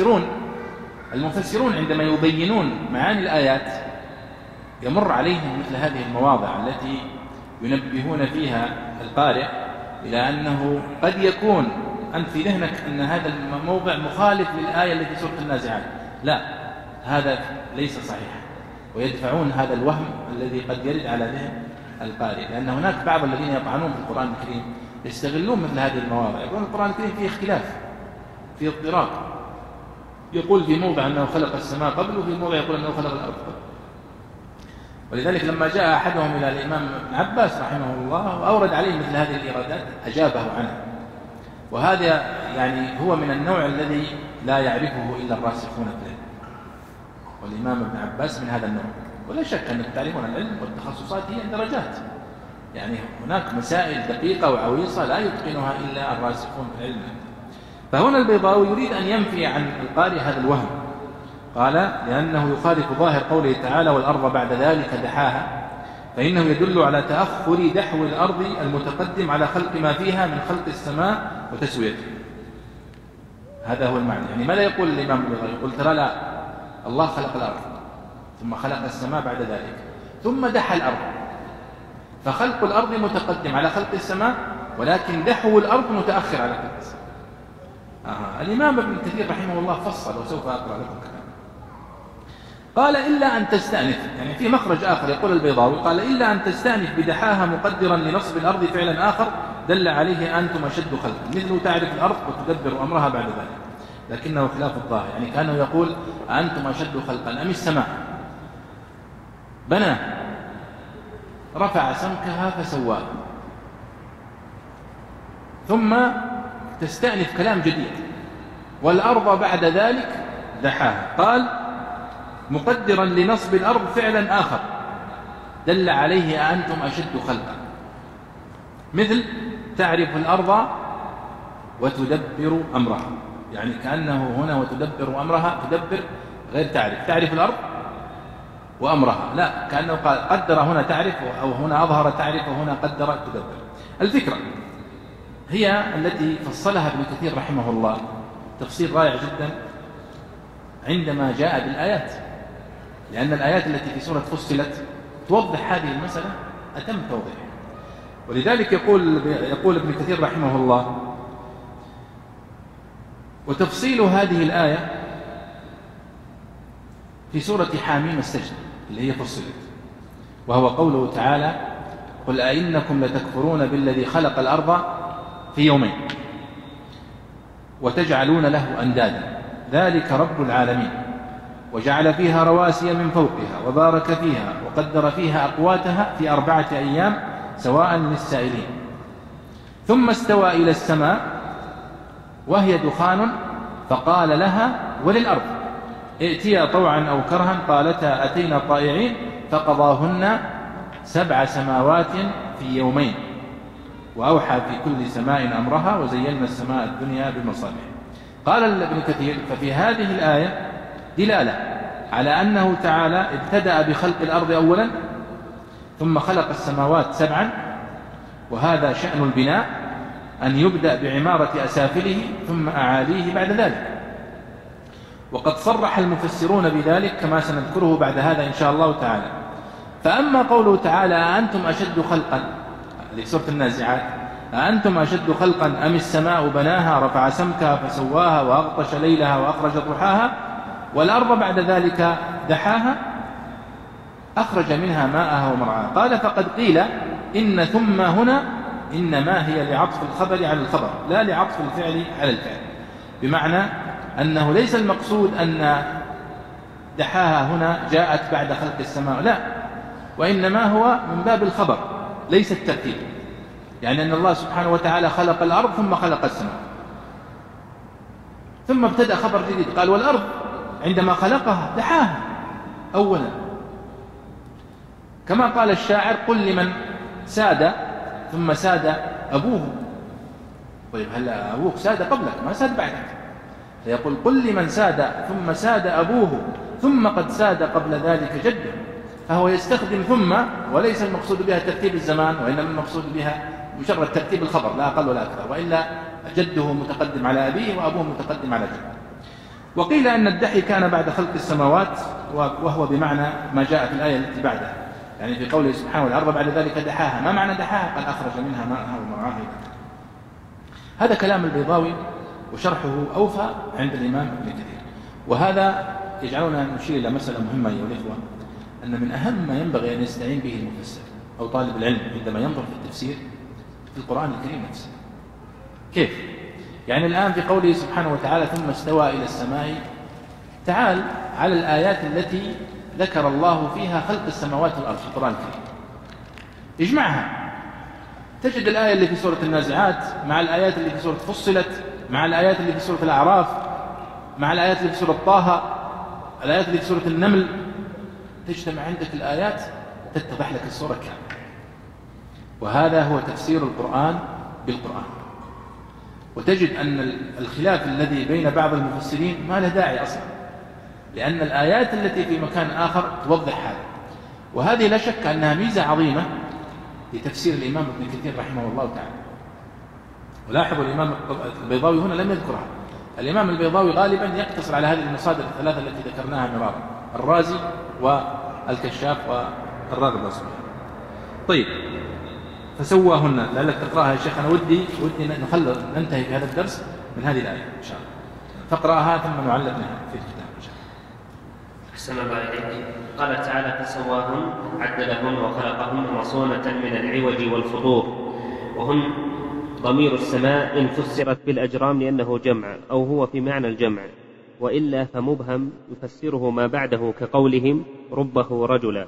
Speaker 2: المفسرون عندما يبينون معاني الآيات يمر عليهم مثل هذه المواضع التي ينبهون فيها القارئ إلى أنه قد يكون أنت في ذهنك أن هذا الموضع مخالف للآية التي في سورة النازعات. لا، هذا ليس صحيحا، ويدفعون هذا الوهم الذي قد يرد على ذهن القارئ، لأن هناك بعض الذين يطعنون في القرآن الكريم يستغلون مثل هذه المواضع، يقولون القرآن الكريم فيه اختلاف، فيه اضطراب، يقول في موضع أنه خلق السماء قبل، وفي موضع يقول أنه خلق الأرض قبل. ولذلك لما جاء أحدهم إلى الإمام ابن عباس رحمه الله وأورد عليه مثل هذه الإيرادات أجابه عنه، وهذا يعني هو من النوع الذي لا يعرفه إلا الراسخون في العلم، والإمام ابن عباس من هذا النوع. ولا شك أنكم تعرفون العلم والتخصصات هي درجات، يعني هناك مسائل دقيقة وعويصة لا يتقنها إلا الراسخون في العلم. فهنا البيضاوي يريد أن ينفي عن القارئ هذا الوهم، قال لأنه يخالف ظاهر قوله تعالى والأرض بعد ذلك دحاها، فإنه يدل على تأخر دحو الأرض المتقدم على خلق ما فيها من خلق السماء وتسويته. هذا هو المعنى. يعني ماذا يقول الإمام البيضاوي؟ يقول ترى لا، الله خلق الأرض ثم خلق السماء بعد ذلك ثم دحى الأرض، فخلق الأرض متقدم على خلق السماء، ولكن دحو الأرض متأخر على خلق السماء. الإمام ابن كثير رحمه الله فصل، وسوف أقرأ لكم كلام. قال إلا أن تستأنف، يعني في مخرج آخر يقول البيضاوي، قال إلا أن تستأنف بدحاها مقدرا لنصب الأرض فعلا آخر دل عليه أنتم أشد خلقا، مثل تعرف الأرض وتدبر أمرها بعد ذلك، لكنه خلاف الظاهر، يعني كانه يقول أنتم أشد خلقا أم السماء بنى رفع سمكها فسواها، ثم تستأنف كلام جديد والأرض بعد ذلك دحاها، قال مقدرا لنصب الأرض فعلا آخر دل عليه أنتم أشد خلقا، مثل تعرف الأرض وتدبر أمرها، يعني كأنه هنا وتدبر أمرها، تدبر غير تعرف الأرض وأمرها، لا، كأنه قال قدر هنا تعرف، أو هنا أظهر تعرف، وهنا قدر تدبر. الفكرة هي التي فصلها ابن كثير رحمه الله تفصيل رائع جدا عندما جاء بالآيات، لأن الآيات التي في سورة فصلت توضح هذه المسألة أتم توضيح. ولذلك يقول ابن كثير رحمه الله وتفصيل هذه الآية في سورة حاميم السجدة اللي هي فصلت، وهو قوله تعالى قل أئنكم لتكفرون بالذي خلق الأرض في يومين وتجعلون له أندادا ذلك رب العالمين وجعل فيها رواسي من فوقها وبارك فيها وقدر فيها أقواتها في 4 أيام سواء للسائلين، ثم استوى إلى السماء وهي دخان فقال لها وللأرض ائتيا طوعا أو كرها قالتا أتينا طائعين فقضاهن 7 سماوات في يومين، وأوحى في كل سماء أمرها وزينا السماء الدنيا بمصابيح. قال ابن كثير: ففي هذه الآية دلالة على أنه تعالى ابتدأ بخلق الأرض أولا ثم خلق السماوات 7، وهذا شأن البناء، أن يبدأ بعمارة أسافله ثم أعاليه بعد ذلك. وقد صرح المفسرون بذلك كما سنذكره بعد هذا إن شاء الله تعالى. فأما قوله تعالى: أأنتم أشد خلقا، لسورة النازعات: أأنتم أشد خلقا أم السماء بناها رفع سمكها فسواها وأغطش ليلها وأخرج ضحاها والأرض بعد ذلك دحاها أخرج منها ماءها ومرعاها. قال: فقد قيل إن ثم هنا إنما هي لعطف الخبر على الخبر لا لعطف الفعل على الفعل، بمعنى أنه ليس المقصود أن دحاها هنا جاءت بعد خلق السماء، لا، وإنما هو من باب الخبر ليس الترتيب، يعني أن الله سبحانه وتعالى خلق الأرض ثم خلق السماء، ثم ابتدأ خبر جديد قال: والأرض عندما خلقها دحاها أولا، كما قال الشاعر: قل لمن ساد ثم ساد أبوه. طيب هل أبوك ساد قبلك؟ ما ساد بعدك. فيقول: قل لمن ساد ثم ساد أبوه ثم قد ساد قبل ذلك جده. فهو يستخدم ثم، وليس المقصود بها ترتيب الزمان، وإنما المقصود بها مجرد ترتيب الخبر لا أقل ولا أكثر، وإلا جده متقدم على أبيه وأبوه متقدم على جده. وقيل أن الدحي كان بعد خلق السماوات، وهو بمعنى ما جاء في الآية التي بعدها، يعني في قوله سبحانه: والأرض بعد ذلك دحاها. ما معنى دحاها؟ قال: أخرج منها ماءها ومرعاها. هذا كلام البيضاوي، وشرحه أوفى عند الإمام ابن كثير. وهذا يجعلنا نشير إلى مسألة مهمة أيها الإخوة، أن من أهم ما ينبغي أن يستعين به المفسر أو طالب العلم عندما ينظر في التفسير في القرآن الكريم نفسه. كيف؟ يعني الآن في قوله سبحانه وتعالى: ثم استوى إلى السماء، تعال على الآيات التي ذكر الله فيها خلق السماوات والأرض في القرآن الكريم، اجمعها، تجد الآية اللي في سورة النازعات مع الآيات اللي في سورة فصلت، مع الآيات اللي في سورة الأعراف، مع الآيات اللي في سورة طه، الآيات اللي في سورة النمل، تجتمع عندك الآيات تتضح لك الصورة كاملة. وهذا هو تفسير القرآن بالقرآن. وتجد أن الخلاف الذي بين بعض المفسرين ما له داعي أصلا، لأن الآيات التي في مكان آخر توضح هذا. وهذه لا شك أنها ميزة عظيمة لتفسير الإمام ابن كثير رحمه الله تعالى. ولاحظوا الإمام البيضاوي هنا لم يذكرها. الإمام البيضاوي غالبا يقتصر على هذه المصادر الثلاثة التي ذكرناها مرارا: الرازي والكشاف والراغب الأصبحي. طيب، فسواهن، لعلك تقرأها يا شيخ. أنا ودي ننتهي في هذا الدرس من هذه الآية إن شاء الله، فاقرأها ثم نعلق منها في الكتاب إن شاء الله.
Speaker 3: أحسن الله إليك. قال تعالى: فسواهن عدلهن وخلقهن مصونة من العوج والفطور. وهن ضمير السماء إن فسرت بالأجرام لأنه جمع أو هو في معنى الجمع، وإلا فمبهم يفسره ما بعده كقولهم: ربه رجلا.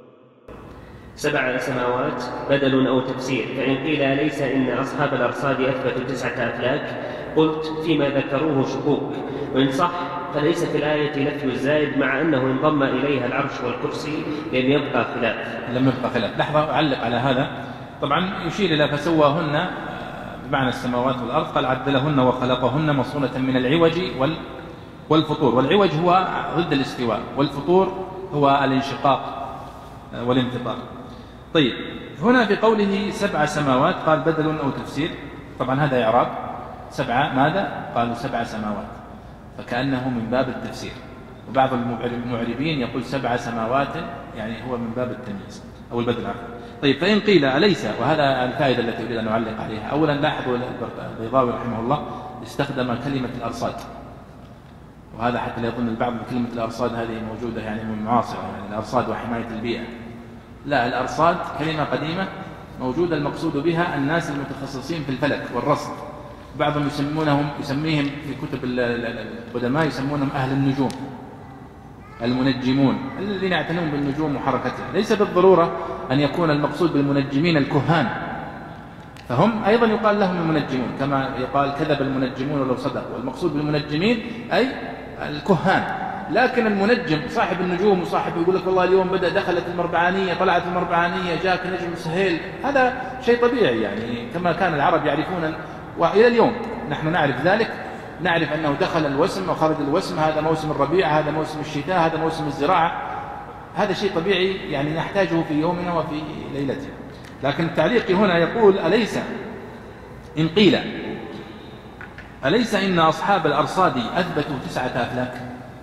Speaker 3: 7 سماوات بدل أو تفسير. فإن قيل ليس إن أصحاب الأرصاد أثبتوا 9 أفلاك، قلت فيما ذكروه شكوك، وإن صح فليس في الآية نفي الزائد، مع أنه انضم إليها العرش والكرسي لم يبقى خلاف.
Speaker 2: لحظة أعلق على هذا. طبعا يشير إلى فسواهن بمعنى السماوات والأرض، قال: عدلهن وخلقهن مصونة من العوج والفطور. والعوج هو ضد الاستواء، والفطور هو الانشقاق والانفطار. طيب، هنا في قوله 7 سماوات قال بدل أو تفسير. طبعا هذا إعراب 7 ماذا؟ قالوا 7 سماوات، فكأنه من باب التفسير. وبعض المعربين يقول 7 سماوات، يعني هو من باب التمييز أو البدل عنه. طيب، فإن قيل أليس، وهذا الفائدة التي أريد أن أعلق عليها. أولا لاحظوا البيضاوي رحمه الله استخدم كلمة الأرصاد، وهذا حتى لا يظن البعض بكلمة الأرصاد هذه موجودة يعني من معاصرة، يعني الأرصاد وحماية البيئة. لا، الأرصاد كلمة قديمة موجودة، المقصود بها الناس المتخصصين في الفلك والرصد. بعضهم يسميهم في كتب القدماء يسمونهم أهل النجوم، المنجمون الذين يعتنون بالنجوم وحركتها. ليس بالضرورة أن يكون المقصود بالمنجمين الكهان، فهم أيضا يقال لهم المنجمون، كما يقال كذب المنجمون ولو صدقوا. والمقصود بالمنجمين أي الكهان لكن المنجم صاحب النجوم وصاحب يقول لك والله اليوم دخلت المربعانية، طلعت المربعانية، جاك نجم سهيل، هذا شيء طبيعي يعني كما كان العرب يعرفون، وإلى اليوم نحن نعرف ذلك، نعرف أنه دخل الوسم وخرج الوسم، هذا موسم الربيع، هذا موسم الشتاء، هذا موسم الزراعة، هذا شيء طبيعي يعني نحتاجه في يومنا وفي ليلتنا. لكن التعليق هنا يقول أليس إن قيل أليس إن أصحاب الأرصاد أثبتوا 9 أفلاك؟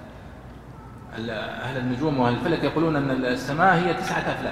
Speaker 2: أهل النجوم وأهل الفلك يقولون أن السماء هي 9 أفلاك،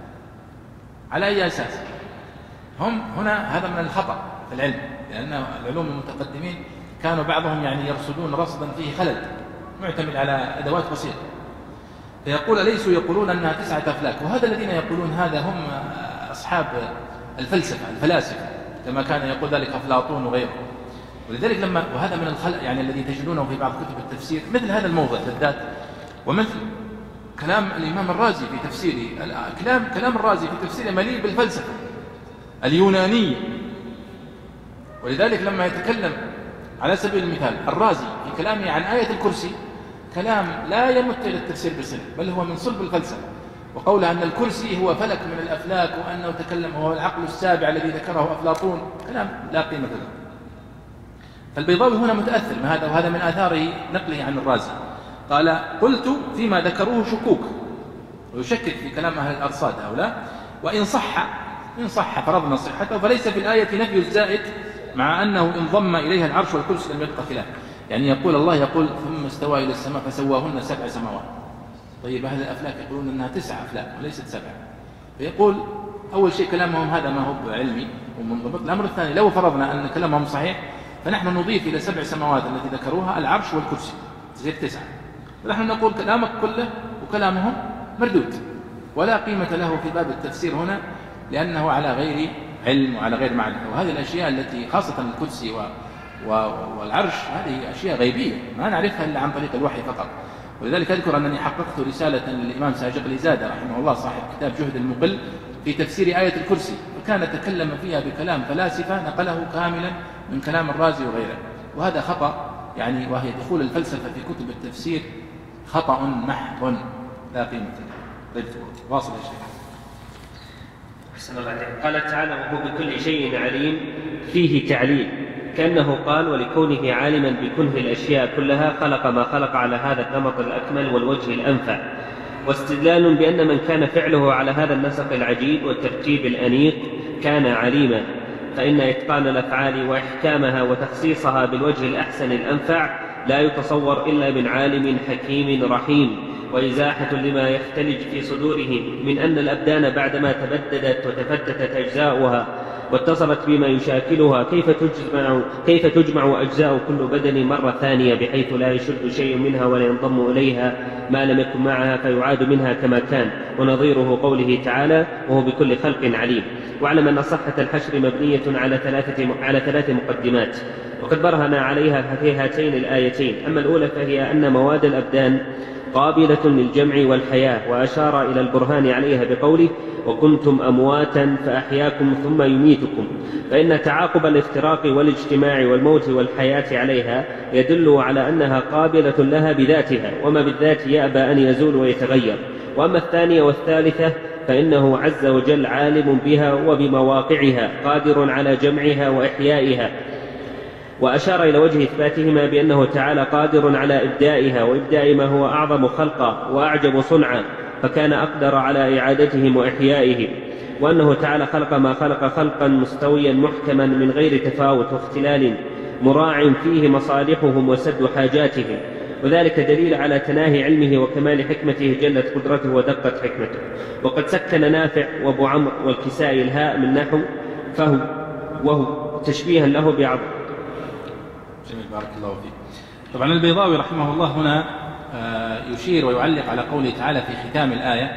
Speaker 2: على أي أساس؟ هم هنا هذا من الخطأ في العلم، لأن العلوم المتقدمين كانوا بعضهم يعني يرصدون رصدا فيه خلل معتمد على أدوات بسيطة، فيقول أليسوا يقولون أنها 9 أفلاك؟ وهذا الذين يقولون هذا هم أصحاب الفلسفة الفلاسفة، كما كان يقول ذلك أفلاطون وغيره. ولذلك وهذا من الخلق يعني الذي تجدونه في بعض كتب التفسير مثل هذا الموضع بالذات، ومثل كلام الإمام الرازي في تفسيره، كلام الرازي في تفسيره مليء بالفلسفة اليونانية. ولذلك لما يتكلم على سبيل المثال الرازي في كلامه عن آية الكرسي كلام لا يمت إلى التفسير بصلة، بل هو من صلب الفلسفة، وقوله أن الكرسي هو فلك من الأفلاك، وأنه تكلم هو العقل السابع الذي ذكره أفلاطون، كلام لا قيمة له. فالبيضاوي هنا متأثر من هذا، وهذا من آثاره نقله عن الرازي. قال قلت فيما ذكروه شكوك، ويشكك في كلام أهل الأرصاد هؤلاء، وإن صح فرضنا صحته فليس في الآية نفي الزائد، مع أنه إن ضم إليها العرش والكرسي لم يبقى خلاف. يعني يقول الله يقول ثم استوى إلى السماء فسواهن 7 سماوات. طيب أهل الأفلاك يقولون أنها 9 أفلاك وليست 7. فيقول أول شيء كلامهم هذا ما هو علمي ومنضبط. الأمر الثاني لو فرضنا أن كلامهم صحيح فنحن نضيف إلى 7 سماوات التي ذكروها العرش والكرسي تصير 9. فنحن نقول كلامك كله وكلامهم مردود ولا قيمة له في باب التفسير هنا، لأنه على غير علم وعلى غير معنى. وهذه الأشياء التي خاصة الكرسي والعرش هذه أشياء غيبية ما نعرفها إلا عن طريق الوحي فقط. ولذلك أذكر أنني حققت رسالة للإمام ساجق لزادة رحمه الله صاحب كتاب جهد المقل في تفسير آية الكرسي، وكان تكلم فيها بكلام فلاسفة نقله كاملا من كلام الرازي وغيره، وهذا خطأ يعني، وهي دخول الفلسفة في كتب التفسير خطأ محض لا قيمة له. واصل يا شيخ.
Speaker 3: أحسن الله عليك. قال تعالى وهو بكل شيء عليم فيه تعليل، كأنه قال ولكونه عالما بكنه الأشياء كلها خلق ما خلق على هذا النمط الأكمل والوجه الأنفع، واستدلال بأن من كان فعله على هذا النسق العجيب والترتيب الأنيق كان عليما، فإن إتقان الأفعال وإحكامها وتخصيصها بالوجه الأحسن الأنفع لا يتصور إلا من عالم حكيم رحيم، وإزاحة لما يختلج في صدورهم من أن الأبدان بعدما تبددت وتفتتت أجزاؤها واتصلت بما يشاكلها كيف تجمع أجزاء كل بدن مرة ثانية بحيث لا يشد شيء منها ولا ينضم إليها ما لم يكن معها فيعاد منها كما كان، ونظيره قوله تعالى وهو بكل خلق عليم. واعلم أن صحة الحشر مبنية على 3 مقدمات، وقد برهن عليها في هاتين الآيتين. أما الأولى فهي أن مواد الأبدان قابلة للجمع والحياة، وأشار إلى البرهان عليها بقوله وكنتم أمواتا فأحياكم ثم يميتكم، فإن تعاقب الافتراق والاجتماع والموت والحياة عليها يدل على أنها قابلة لها بذاتها، وما بالذات يأبى أن يزول ويتغير. وأما الثانية والثالثة فإنه عز وجل عالم بها وبمواقعها قادر على جمعها وإحيائها، وأشار إلى وجه إثباتهما بأنه تعالى قادر على إبدائها وإبداء ما هو أعظم خلقا وأعجب صنعا، فكان أقدر على إعادتهم وإحيائهم، وأنه تعالى خلق ما خلق خلقا مستويا محكما من غير تفاوت واختلال مراع فيه مصالحهم وسد حاجاتهم، وذلك دليل على تناهي علمه وكمال حكمته جلت قدرته ودقت حكمته. وقد سكن نافع وابو عمرو والكسائي الهاء من نحو وهو تشبيها له بعض.
Speaker 2: جميل بارك الله فيك. طبعا البيضاوي رحمه الله هنا يشير ويعلق على قوله تعالى في ختام الآية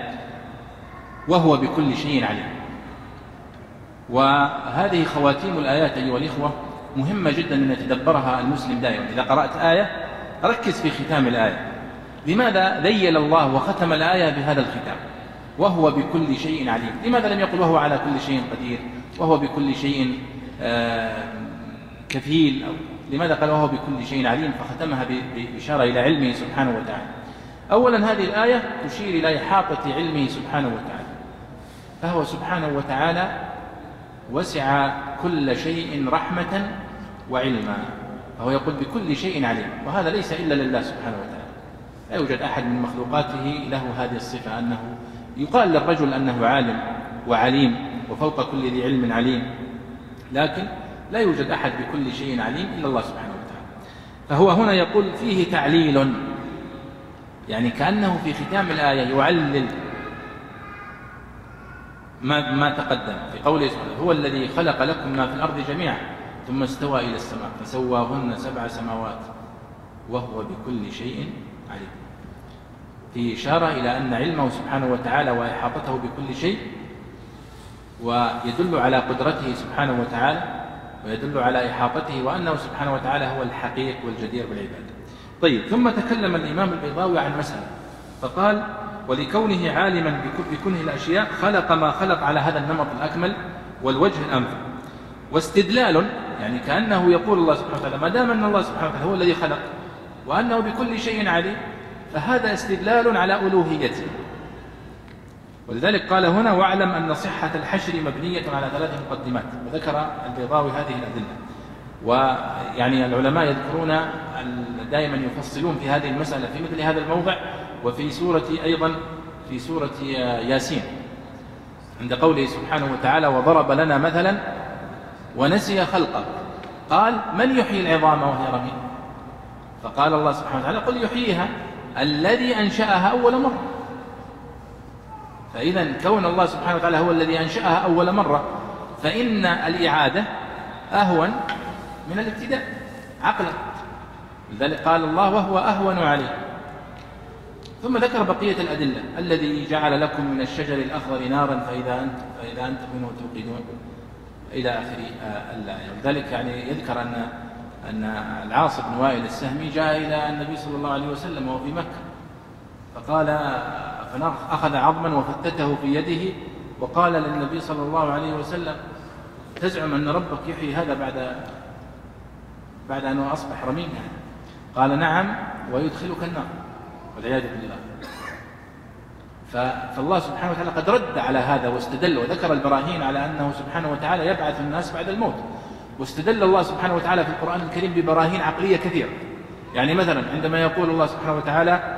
Speaker 2: وهو بكل شيء عليم. وهذه خواتيم الآيات أيها الإخوة مهمة جدا أن يتدبرها المسلم دائما. إذا قرأت آية ركز في ختام الآية، لماذا ذيل الله وختم الآية بهذا الختام وهو بكل شيء عليم؟ لماذا لم يقل وهو على كل شيء قدير وهو بكل شيء كفيل؟ أو لماذا قال وهو بكل شيء عليم فختمها بإشارة إلى علمه سبحانه وتعالى؟ أولا هذه الآية تشير إلى إحاطة علمه سبحانه وتعالى، فهو سبحانه وتعالى وسع كل شيء رحمة وعلما، فهو يقول بكل شيء عليم، وهذا ليس إلا لله سبحانه وتعالى. لا يوجد أحد من مخلوقاته له هذه الصفة، أنه يقال للرجل أنه عالم وعليم وفوق كل ذي علم عليم، لكن لا يوجد أحد بكل شيء عليم إلا الله سبحانه وتعالى. فهو هنا يقول فيه تعليل، يعني كأنه في ختام الآية يعلل ما تقدم في قوله سبحانه: هو الذي خلق لكم ما في الأرض جميعا ثم استوى إلى السماء فسواهن 7 سماوات وهو بكل شيء عليم. في إشارة إلى أن علمه سبحانه وتعالى وإحاطته بكل شيء، ويدل على قدرته سبحانه وتعالى، ويدل على إحاطته، وأنه سبحانه وتعالى هو الحقيق والجدير بالعبادة. طيب، ثم تكلم الإمام البيضاوي عن مسألة فقال: ولكونه عالما بكنه الأشياء خلق ما خلق على هذا النمط الأكمل والوجه الأمثل. واستدلال، يعني كأنه يقول الله سبحانه وتعالى ما دام أن الله سبحانه وتعالى هو الذي خلق وأنه بكل شيء عليم، فهذا استدلال على ألوهيته. ولذلك قال هنا: واعلم أن صحة الحشر مبنية على 3 مقدمات. وذكر البيضاوي هذه الأدلة. ويعني العلماء يذكرون دائما يفصلون في هذه المسألة في مثل هذا الموضع، وفي سورة أيضا في سورة ياسين عند قوله سبحانه وتعالى: وضرب لنا مثلا ونسي خلقه قال من يحيي العظام وهي رميم؟ فقال الله سبحانه وتعالى: قل يحييها الذي أنشأها أول مرة. فإذا كون الله سبحانه وتعالى هو الذي أنشأها أول مرة، فإن الإعادة أهون من الابتداء عقلا، لذلك قال الله: وهو أهون عليه. ثم ذكر بقية الأدلة: الذي جعل لكم من الشجر الأخضر نارا فإذا أنتم منه توقدون إلى آخر الآية. ولذلك يعني يذكر أن العاص بن وائل السهمي جاء إلى النبي صلى الله عليه وسلم وهو في مكة، فأخذ عظما وفتته في يده وقال للنبي صلى الله عليه وسلم: تزعم أن ربك يحيي هذا بعد أنه أصبح رميم؟ قال: نعم، ويدخلك النار والعياذ بالله. فالله سبحانه وتعالى قد رد على هذا واستدل وذكر البراهين على أنه سبحانه وتعالى يبعث الناس بعد الموت. واستدل الله سبحانه وتعالى في القرآن الكريم ببراهين عقلية كثيرة. يعني مثلا عندما يقول الله سبحانه وتعالى: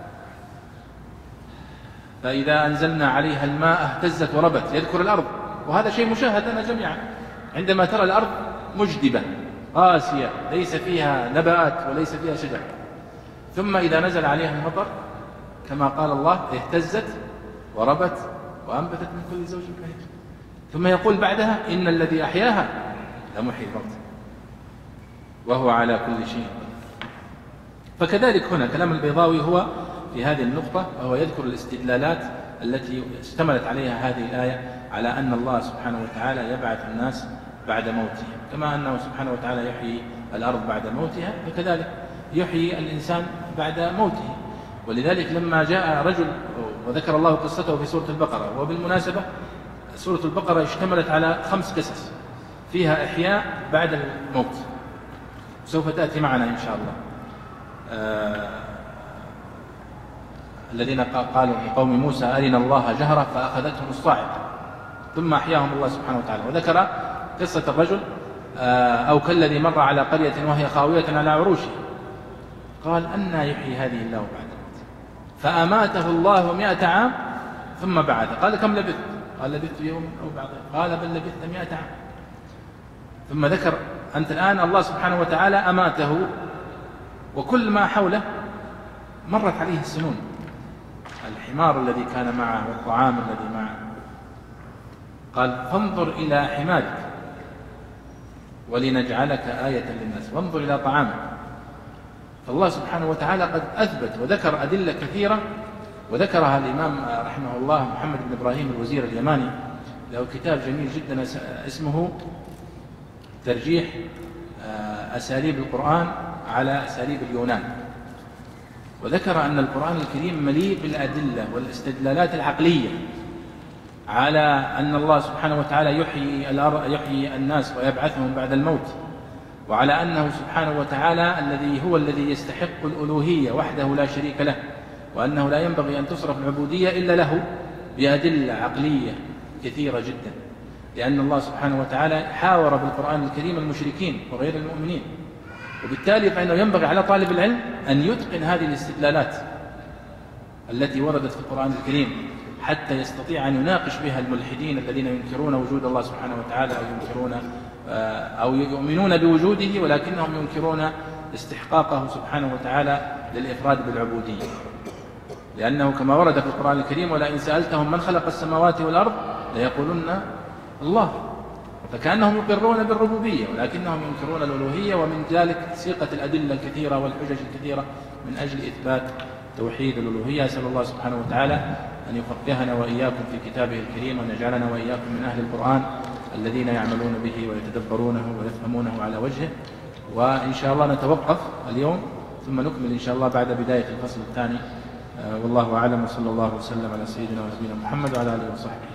Speaker 2: فإذا أنزلنا عليها الماء اهتزت وربت، يذكر الأرض، وهذا شيء مشاهد لنا جميعا. عندما ترى الأرض مجدبة قاسية ليس فيها نبات وليس فيها شجر، ثم إذا نزل عليها المطر كما قال الله اهتزت وربت وأنبتت من كل زوج كريم، ثم يقول بعدها: إن الذي أحياها لمحيي الموتى وهو على كل شيء قدير. فكذلك هنا كلام البيضاوي هو في هذه النقطة، وهو يذكر الاستدلالات التي اشتملت عليها هذه الآية على أن الله سبحانه وتعالى يبعث الناس بعد موتهم، كما أنه سبحانه وتعالى يحيي الأرض بعد موتها، فكذلك يحيي الإنسان بعد موته. ولذلك لما جاء رجل وذكر الله قصته في سورة البقرة، وبالمناسبة سورة البقرة اشتملت على 5 قصص فيها إحياء بعد الموت، سوف تأتي معنا إن شاء الله. الذين قالوا لقوم موسى: أرنا الله جهرة فأخذتهم الصاعقة ثم أحياهم الله سبحانه وتعالى. وذكر قصة الرجل أو كالذي مر على قرية وهي خاوية على عروشها قال: أنى يحيي هذه الله بعد موته؟ فأماته الله 100 عام ثم بعث. قال: كم لبثت؟ قال: لبثت يوم أو بعض. قال: بل لبثت 100 عام. ثم ذكر: أنت الآن الله سبحانه وتعالى أماته وكل ما حوله مرت عليه السنون، الحمار الذي كان معه والطعام الذي معه. قال: فانظر إلى حمارك ولنجعلك آية للناس، وانظر إلى طعامك. فالله سبحانه وتعالى قد أثبت وذكر أدلة كثيرة، وذكرها الإمام رحمه الله محمد بن إبراهيم الوزير اليماني، له كتاب جميل جدا اسمه ترجيح أساليب القرآن على أساليب اليونان. وذكر أن القرآن الكريم مليء بالأدلة والاستدلالات العقلية على أن الله سبحانه وتعالى يحيي الناس ويبعثهم بعد الموت، وعلى أنه سبحانه وتعالى الذي هو الذي يستحق الألوهية وحده لا شريك له، وأنه لا ينبغي أن تصرف العبودية إلا له بأدلة عقلية كثيرة جدا، لأن الله سبحانه وتعالى حاور بالقرآن الكريم المشركين وغير المؤمنين، وبالتالي فإنه ينبغي على طالب العلم أن يتقن هذه الاستدلالات التي وردت في القرآن الكريم حتى يستطيع أن يناقش بها الملحدين الذين ينكرون وجود الله سبحانه وتعالى أو يؤمنون بوجوده ولكنهم ينكرون استحقاقه سبحانه وتعالى للإفراد بالعبودية، لأنه كما ورد في القرآن الكريم ولئن سألتهم من خلق السماوات والأرض ليقولن الله، فكأنهم يقرون بالربوبية ولكنهم ينكرون الألوهية. ومن ذلك سيقة الأدلة الكثيرة والحجج الكثيرة من أجل إثبات توحيد الألوهية. أسأل الله سبحانه وتعالى أن يفقهنا وإياكم في كتابه الكريم، وأن يجعلنا وإياكم من أهل القرآن الذين يعملون به ويتدبرونه ويفهمونه على وجهه. وإن شاء الله نتوقف اليوم ثم نكمل إن شاء الله بعد بداية الفصل الثاني. والله أعلم، وصلى الله وسلم على سيدنا ونبينا محمد وعلى آله وصحبه.